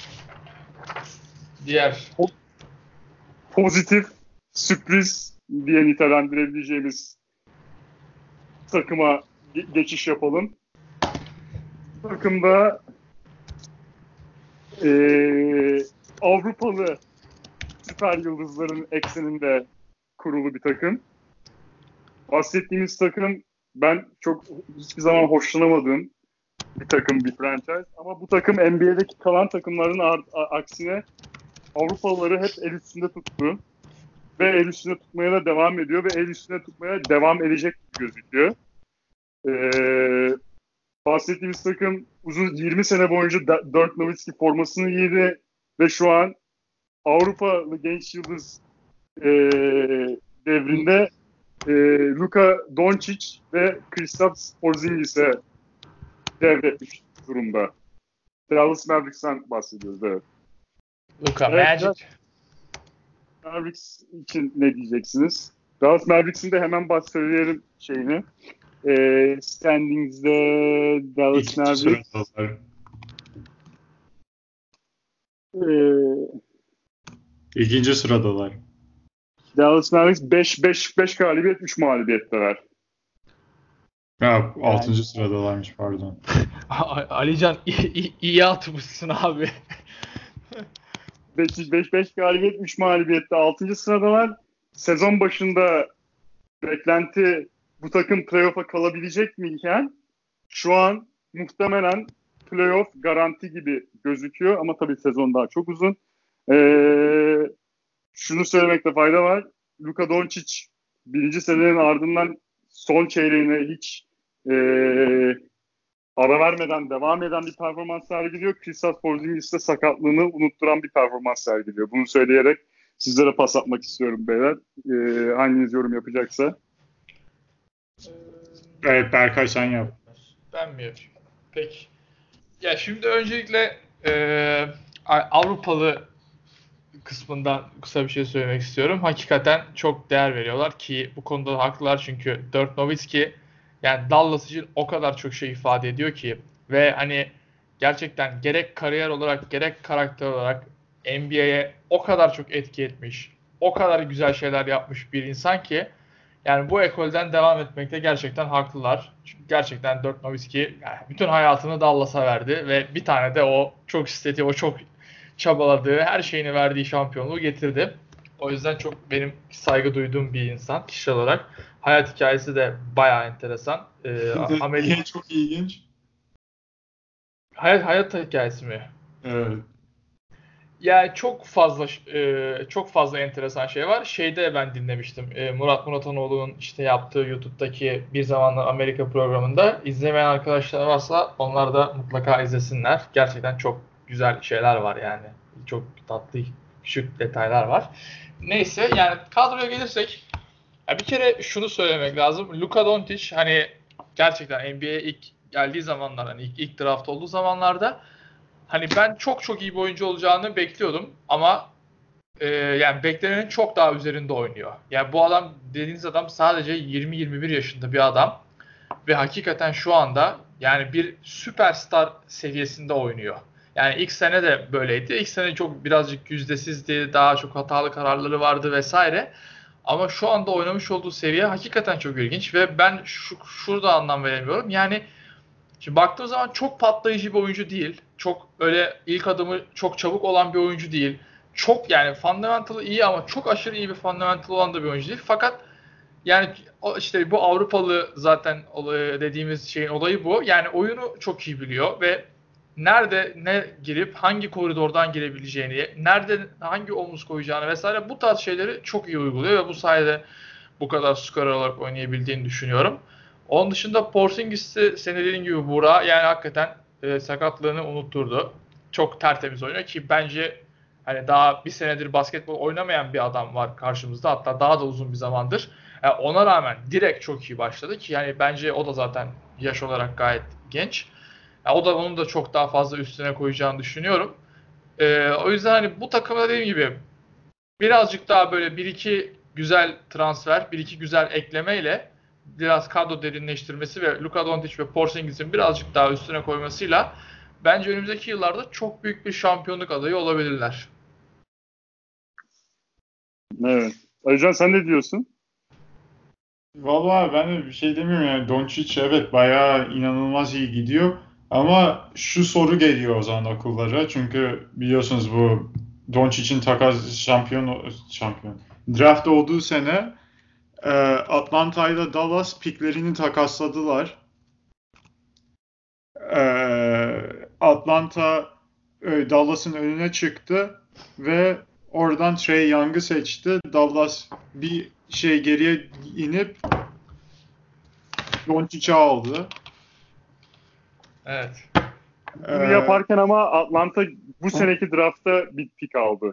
Diğer pozitif sürpriz diye nitelendirebileceğimiz takıma ge- geçiş yapalım. Takımda ee, Avrupalı süper yıldızların ekseninde kurulu bir takım. Bahsettiğimiz takım ben çok hiçbir zaman hoşlanamadığım bir takım, bir franchise. Ama bu takım N B A'deki kalan takımların ar- aksine Avrupalıları hep el üstünde tuttu. Ve el üstünde tutmaya da devam ediyor ve el üstünde tutmaya devam edecek gözüküyor. Ee, bahsettiğimiz takım uzun yirmi sene boyunca Dirk Nowitzki formasını giydi ve şu an Avrupalı genç yıldız e, devrinde e, Luka Doncic ve Kristaps Porzingis'e devretmiş durumda. Dallas Mavericks'ten bahsediyoruz, evet. Luka Evet, Magic. Mavericks için ne diyeceksiniz? Dallas Mavericks'in de hemen bahsedelim şeyini. E, standings'de Dallas İkinci Mavericks sıradalar. e, İkinci sıradalar. Dallas Mavericks beş beş beş galibiyet üç mağlubiyetteler. Ya altıncı sıradalarmış, pardon. Alican iyi, iyi atmışsın abi. beş beş galibiyet üç mağlubiyette altıncı sıradalar. Sezon başında beklenti bu takım playoff'a kalabilecek miyken şu an muhtemelen playoff garanti gibi gözüküyor ama tabii sezon daha çok uzun. Ee, şunu söylemekte fayda var. Luka Doncic birinci senenin ardından son çeyreğine hiç e, ara vermeden devam eden bir performans sergiliyor. Kristaps Porzingis de sakatlığını unutturan bir performans sergiliyor. Bunu söyleyerek sizlere pas atmak istiyorum beyler. Ee, hanginiz yorum yapacaksa. Evet, Berkay sen yap. Ben mi yapayım? Peki. Ya şimdi öncelikle e, Avrupalı kısmından kısa bir şey söylemek istiyorum. Hakikaten çok değer veriyorlar ki bu konuda da haklılar, çünkü Dirk Nowitzki yani Dallas için o kadar çok şey ifade ediyor ki ve hani gerçekten gerek kariyer olarak gerek karakter olarak N B A'ye o kadar çok etki etmiş, o kadar güzel şeyler yapmış bir insan ki yani bu ekolden devam etmekte gerçekten haklılar. Çünkü gerçekten Dirk Nowitzki yani bütün hayatını Dallas'a verdi ve bir tane de o çok istediği, o çok çabaladığı, her şeyini verdiği şampiyonluğu getirdi. O yüzden çok benim saygı duyduğum bir insan kişi olarak. Hayat hikayesi de bayağı enteresan. Ee, Amerika çok ilginç. hayat hayat hikayesi mi? Evet. Yani çok fazla e, çok fazla enteresan şey var. Şeyde ben dinlemiştim. E, Murat Muratanoğlu'nun işte yaptığı YouTube'daki Bir Zamanlar Amerika programında. İzlemeyen arkadaşlar varsa onlar da mutlaka izlesinler. Gerçekten çok güzel şeyler var yani. Çok tatlı küçük detaylar var. Neyse yani kadroya gelirsek ya bir kere şunu söylemek lazım. Luka Doncic hani gerçekten N B A'ye ilk geldiği zamanlar, hani ilk, ilk draft olduğu zamanlarda hani ben çok çok iyi bir oyuncu olacağını bekliyordum ama e, yani beklenenin çok daha üzerinde oynuyor. Yani bu adam, dediğiniz adam sadece yirmi yirmi bir yaşında bir adam ve hakikaten şu anda yani bir süperstar seviyesinde oynuyor. Yani ilk sene de böyleydi. İlk sene çok birazcık yüzdesizdi, daha çok hatalı kararları vardı vesaire. Ama şu anda oynamış olduğu seviye hakikaten çok ilginç ve ben şu, şurada anlam veremiyorum. Yani şimdi baktığım zaman çok patlayıcı bir oyuncu değil. Çok öyle ilk adımı çok çabuk olan bir oyuncu değil. Çok yani fundamental'ı iyi ama çok aşırı iyi bir fundamental olan da bir oyuncu değil. Fakat yani işte bu Avrupalı zaten dediğimiz şeyin olayı bu. Yani oyunu çok iyi biliyor ve nerede ne girip hangi koridordan girebileceğini, nerede hangi omuz koyacağını vesaire bu tarz şeyleri çok iyi uyguluyor ve bu sayede bu kadar skorer olarak oynayabildiğini düşünüyorum. Onun dışında Porzingis'i senin dediğin gibi Buğra yani hakikaten e, sakatlığını unutturdu. Çok tertemiz oynuyor ki bence hani daha bir senedir basketbol oynamayan bir adam var karşımızda, hatta daha da uzun bir zamandır. Yani ona rağmen direkt çok iyi başladı ki yani bence o da zaten yaş olarak gayet genç. Yani o da onun da çok daha fazla üstüne koyacağını düşünüyorum. E, o yüzden hani bu takıma dediğim gibi birazcık daha böyle bir iki güzel transfer, bir iki güzel eklemeyle biraz kadro derinleştirmesi ve Luka Doncic ve Porzingis'in birazcık daha üstüne koymasıyla bence önümüzdeki yıllarda çok büyük bir şampiyonluk adayı olabilirler. Evet. Alican sen ne diyorsun? Vallahi ben de bir şey demiyorum yani. Doncic evet bayağı inanılmaz iyi gidiyor. Ama şu soru geliyor o zaman akıllara. Çünkü biliyorsunuz bu Doncic'in takas şampiyon şampiyon draft olduğu sene e, Atlanta ile Dallas piklerini takasladılar. E, Atlanta e, Dallas'ın önüne çıktı ve oradan Trae Young'ı seçti. Dallas bir şey geriye inip Doncic'i aldı. Evet. Bunu Ee, yaparken ama Atlanta bu seneki draftta bir pick aldı.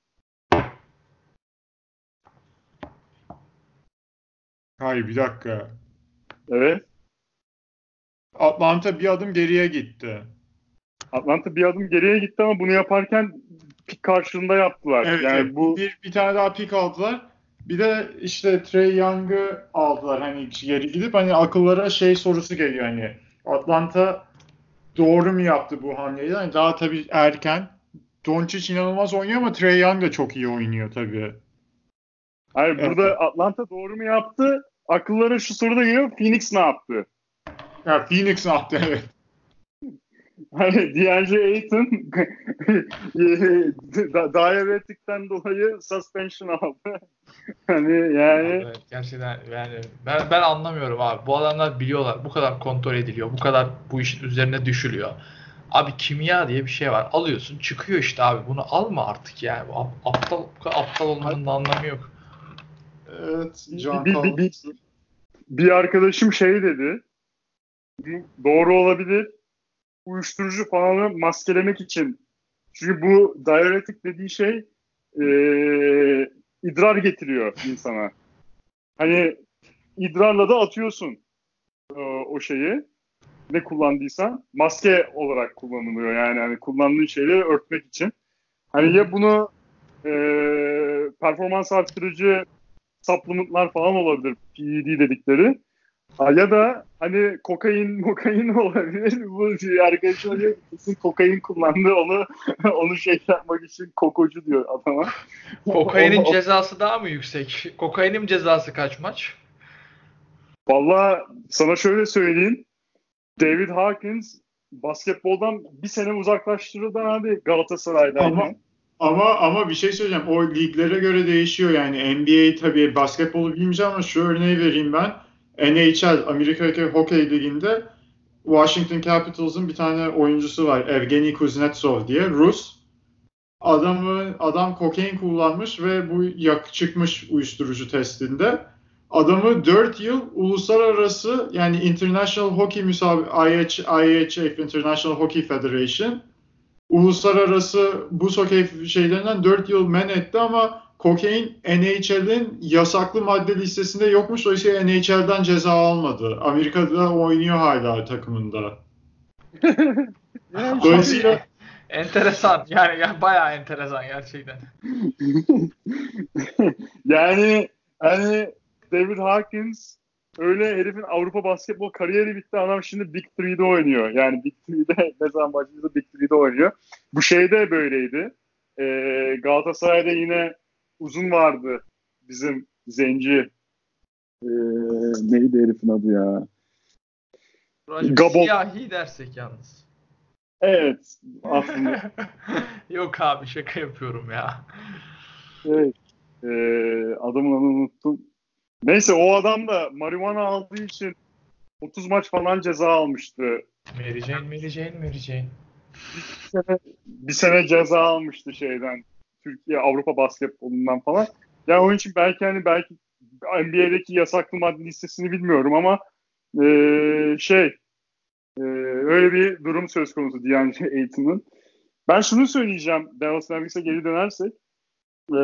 hayır bir dakika. Evet. Atlanta bir adım geriye gitti. Atlanta bir adım geriye gitti ama bunu yaparken pick karşılığında yaptılar. Evet, evet. Yani bu Bir, bir tane daha pick aldılar. Bir de işte Trae Young'ı aldılar hani geri gidip hani akıllara şey sorusu geliyor hani Atlanta doğru mu yaptı bu hamleyi? Yani daha tabii erken. Doncic inanılmaz oynuyor ama Trae Young da çok iyi oynuyor tabii. hayır, Evet. burada Atlanta doğru mu yaptı? Akıllara şu soru da geliyor. Phoenix ne yaptı? Ya Phoenix ne yaptı? Evet. Hani DeAndre Ayton diabetikten dolayı suspension aldı. Hani Abi yani evet, gerçekten yani ben, ben anlamıyorum abi. Bu adamlar biliyorlar. Bu kadar kontrol ediliyor. Bu kadar bu işin üzerine düşülüyor. Abi kimya diye bir şey var. Alıyorsun çıkıyor işte abi. Bunu alma artık yani. Bu ap- aptal, bu kadar aptal olmanın da anlamı yok. Evet. bir, John bir, bir, bir, Collins. bir arkadaşım şey dedi. Doğru olabilir. Uyuşturucu falanı maskelemek için. Çünkü bu diüretik dediği şey e, idrar getiriyor insana. Hani idrarla da atıyorsun e, o şeyi. Ne kullandıysan maske olarak kullanılıyor. Yani hani kullandığı şeyleri örtmek için. Hani ya bunu e, performans arttırıcı supplementlar falan olabilir. P E D dedikleri. Ha, ya da hani kokain kokain olabilir. Bu arkadaşım diyor ki kesin kokain kullandı onu onu şey yapmak için kokocu diyor adama. Kokainin O, o, cezası daha mı yüksek? Kokainin cezası kaç maç? Valla sana şöyle söyleyeyim. David Hawkins basketboldan bir sene uzaklaştırıldı abi Ama Galatasaray'dayken. ama ama bir şey söyleyeceğim. O liglere göre değişiyor yani. N B A tabii basketbolu bilmeyeceğim ama şu örneği vereyim ben. N H L Amerika'daki Hokey Ligi'nde Washington Capitals'ın bir tane oyuncusu var. Evgeny Kuznetsov diye Rus. Adamı adam kokain kullanmış ve bu yak çıkmış uyuşturucu testinde. Adamı dört yıl uluslararası yani International Hockey Müsabakası I H F International Hockey Federation uluslararası buz hokey şeylerinden dört yıl men etti ama kokain N H L'in yasaklı madde listesinde yokmuş. Dolayısıyla N H L'den ceza almadı. Amerika'da oynuyor hala takımında. Yani şimdi Dolayısıyla Enteresan. Yani, yani bayağı enteresan gerçekten. yani hani David Hawkins öyle herifin Avrupa basketbol kariyeri bitti. Adam şimdi Big Three'de oynuyor. Yani Big Three'de ne zaman başlıyorsa Big Three'de oynuyor. Bu şeyde böyleydi. Ee, Galatasaray'da yine uzun vardı bizim zenci. Ee, neydi herifin adı ya? Buracığım Gabon. siyahi dersek yalnız. Evet. Aslında Yok abi şaka yapıyorum ya. evet. Ee, adamın adını unuttum. Neyse o adam da marijuana aldığı için otuz maç falan ceza almıştı. Mary Jane, Mary Jane, Mary Jane. Bir sene, bir sene ceza almıştı şeyden. Türkiye Avrupa basketbolundan falan. Yani onun için belki hani belki N B A'deki yasaklı madde listesini bilmiyorum ama e, şey e, öyle bir durum söz konusu DeAndre Ayton'un. Ben şunu söyleyeceğim Dallas Mavericks'e geri dönersek. E,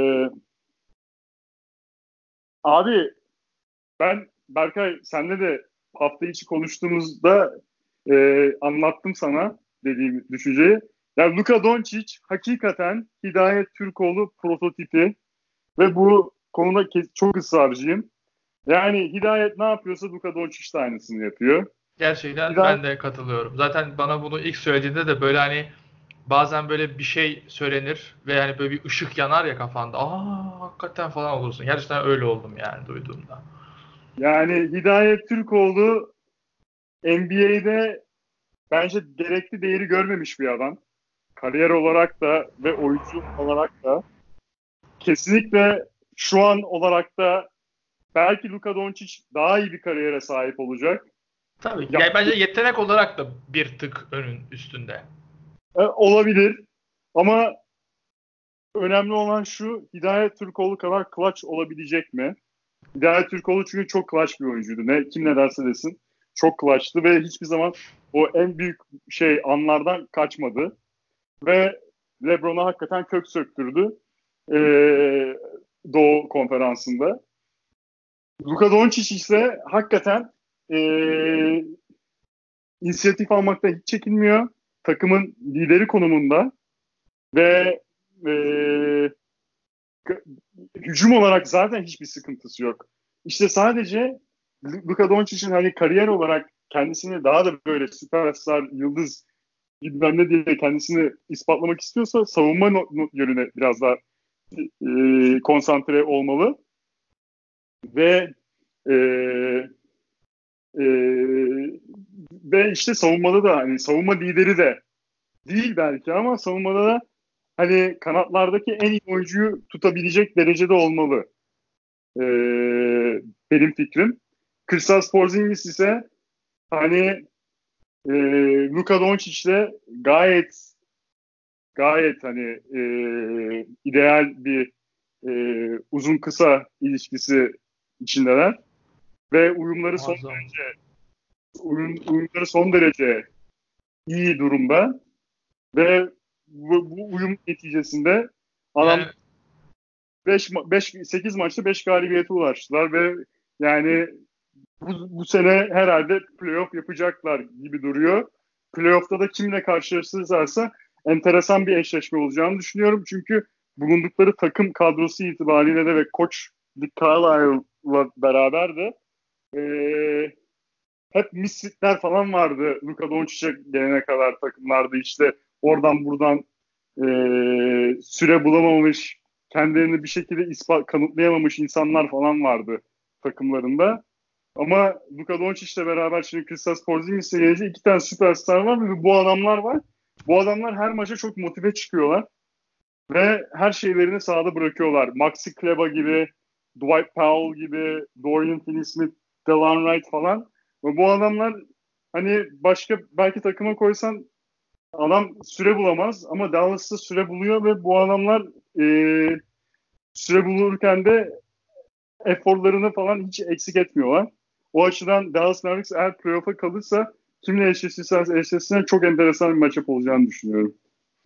abi ben Berkay senle de hafta içi konuştuğumuzda e, anlattım sana dediğim düşünceyi. Yani Luka Doncic hakikaten Hidayet Türkoğlu prototipi ve bu konuda çok ısrarcıyım. Yani Hidayet ne yapıyorsa Luka Doncic de aynısını yapıyor. Gerçekten Hidayet ben de katılıyorum. Zaten bana bunu ilk söylediğinde de böyle hani bazen böyle bir şey söylenir ve yani böyle bir ışık yanar ya kafanda. Aa hakikaten falan olursun. Gerçekten öyle oldum yani duyduğumda. yani Hidayet Türkoğlu N B A'de bence gerekli değeri görmemiş bir adam. Kariyer olarak da ve oyuncu olarak da. Kesinlikle şu an olarak da belki Luka Doncic daha iyi bir kariyere sahip olacak. Tabii ki. Ya, Yani bence yetenek olarak da bir tık önün üstünde. e, olabilir ama önemli olan şu, Hidayet Türkoğlu kadar clutch olabilecek mi? Hidayet Türkoğlu çünkü çok clutch bir oyuncuydu. Ne kim ne derse desin. Çok clutch'tı ve hiçbir zaman o en büyük şey anlardan kaçmadı. Ve LeBron'a hakikaten kök söktürdü. Ee, Doğu konferansında. Luka Doncic ise hakikaten ee, inisiyatif almakta hiç çekinmiyor. Takımın lideri konumunda ve ee, hücum olarak zaten hiçbir sıkıntısı yok. İşte sadece Luka Doncic'in hani kariyer olarak kendisini daha da böyle süperstar, yıldız bilmem ne diye kendisini ispatlamak istiyorsa savunma no- no- yönüne biraz daha e, konsantre olmalı. Ve e, e, ve işte savunmada da hani savunma lideri de değil belki ama savunmada da hani kanatlardaki en iyi oyuncuyu tutabilecek derecede olmalı. E, benim fikrim. Kristaps Porzingis ise hani e, Luka Doncic'le gayet gayet hani e, ideal bir e, uzun kısa ilişkisi içindeler ve uyumları son Muazzam. derece uyum, uyumları son derece iyi durumda ve bu, bu uyum neticesinde adam Yani beş sekiz maçta beş galibiyete ulaştılar ve yani bu, bu sene herhalde playoff yapacaklar gibi duruyor. Playoff'ta da kimle karşılaşırlarsa enteresan bir eşleşme olacağını düşünüyorum. Çünkü bulundukları takım kadrosu itibariyle de ve koç Dick Carlisle'la beraber de e, hep misfitler falan vardı. Luka Doncic'e gelene kadar takımlarda işte oradan buradan e, süre bulamamış, kendilerini bir şekilde ispat kanıtlayamamış insanlar falan vardı takımlarında. Ama Luka Doncic'le beraber şimdi Kristaps Porzingis'le gelecek iki tane süperstar var ve bu adamlar var. Bu adamlar her maça çok motive çıkıyorlar. Ve her şeylerini sahada bırakıyorlar. Maxi Kleber gibi, Dwight Powell gibi, Dorian Finney-Smith, Delon Wright falan. Ve bu adamlar hani başka belki takıma koysan adam süre bulamaz ama Dallas'ta süre buluyor ve bu adamlar e, süre bulurken de eforlarını falan hiç eksik etmiyorlar. O açıdan Dallas Mavericks eğer playoff'a kalırsa kimle eşleşirse eşleşirse çok enteresan bir matchup olacağını düşünüyorum.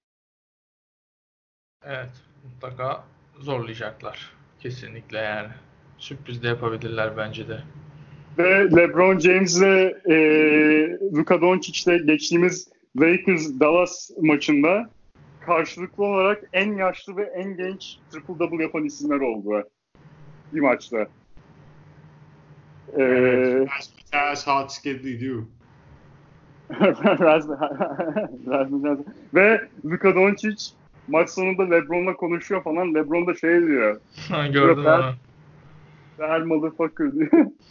evet, mutlaka zorlayacaklar. Kesinlikle yani. Sürpriz de yapabilirler bence de. Ve LeBron James'le e, Luka Doncic'le geçtiğimiz Lakers-Dallas maçında karşılıklı olarak en yaşlı ve en genç triple double yapan isimler oldu bir maçta. Ee, Evet. That's how it's get to do. ve Luka Doncic maç sonunda LeBron'la konuşuyor falan. LeBron da şey diyor. Gördüm onu. Bad motherfucker diyor.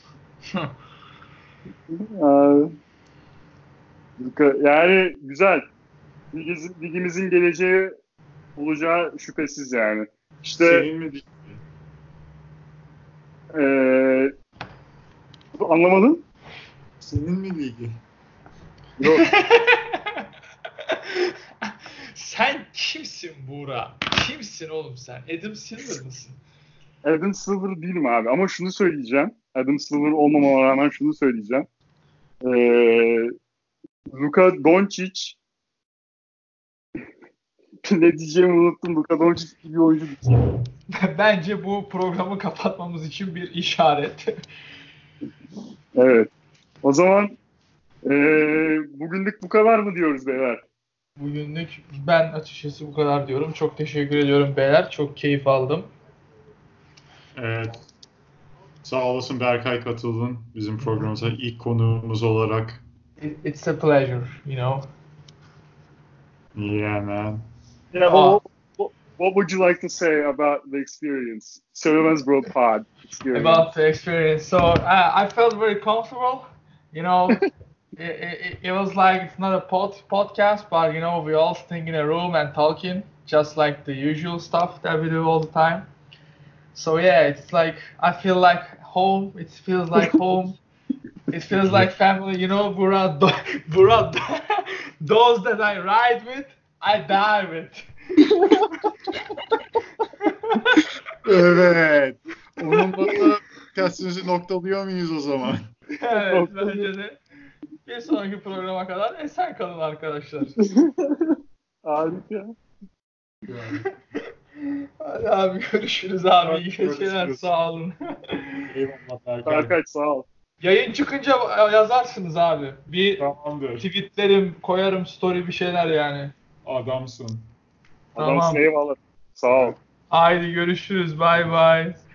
Aa, Luka, yani güzel. Ligimizin, ligimizin geleceği olacağı şüphesiz yani. İşte Senin mi? Ee, anlamadın? Senin mi ligi? Yok. Sen kimsin Buğra? Kimsin oğlum sen? Adam Silver mısın? Adam Silver değilim abi ama şunu söyleyeceğim. Adam Silver olmamama rağmen şunu söyleyeceğim. Ee, Luka Doncic ne diyeceğimi unuttum. Luka Doncic bir oyuncu değil. Bence bu programı kapatmamız için bir işaret. Evet. O zaman ee, bugünlük bu kadar mı diyoruz beyler? Bugünlük ben açıkçası bu kadar diyorum. Çok teşekkür ediyorum beyler. Çok keyif aldım. Evet. Sağ olasın Berkay, katıldın bizim programımıza ilk konuğumuz olarak. It's a pleasure, you know. Yeah man. Yeah, Oh. what, what, what would you like to say about the experience? Servants World Pod experience. About the experience. So uh, I felt very comfortable. You know, it, it, it was like it's not a pod, podcast, but you know, we all sitting in a room and talking, just like the usual stuff that we do all the time. So yeah, it's like I feel like home. It feels like home. It feels like family. You know, Burat, Burat, those that I ride with, I die with. Evet. Onunla da podcast'imizi noktalıyor muyuz o zaman? Evet, bence de. Bir sonraki programa kadar esen kalın arkadaşlar. Harika. Hadi abi görüşürüz abi. İyi Görüşürüz. geceler. Sağ olun. Eyvallah Berkay. Berkay sağ ol. Yayın çıkınca yazarsınız abi. Bir Tamamdır. tweetlerim, koyarım story bir şeyler yani. Adamsın. Tamam. Adamsın eyvallah. Sağ ol. Haydi görüşürüz. Bay bay.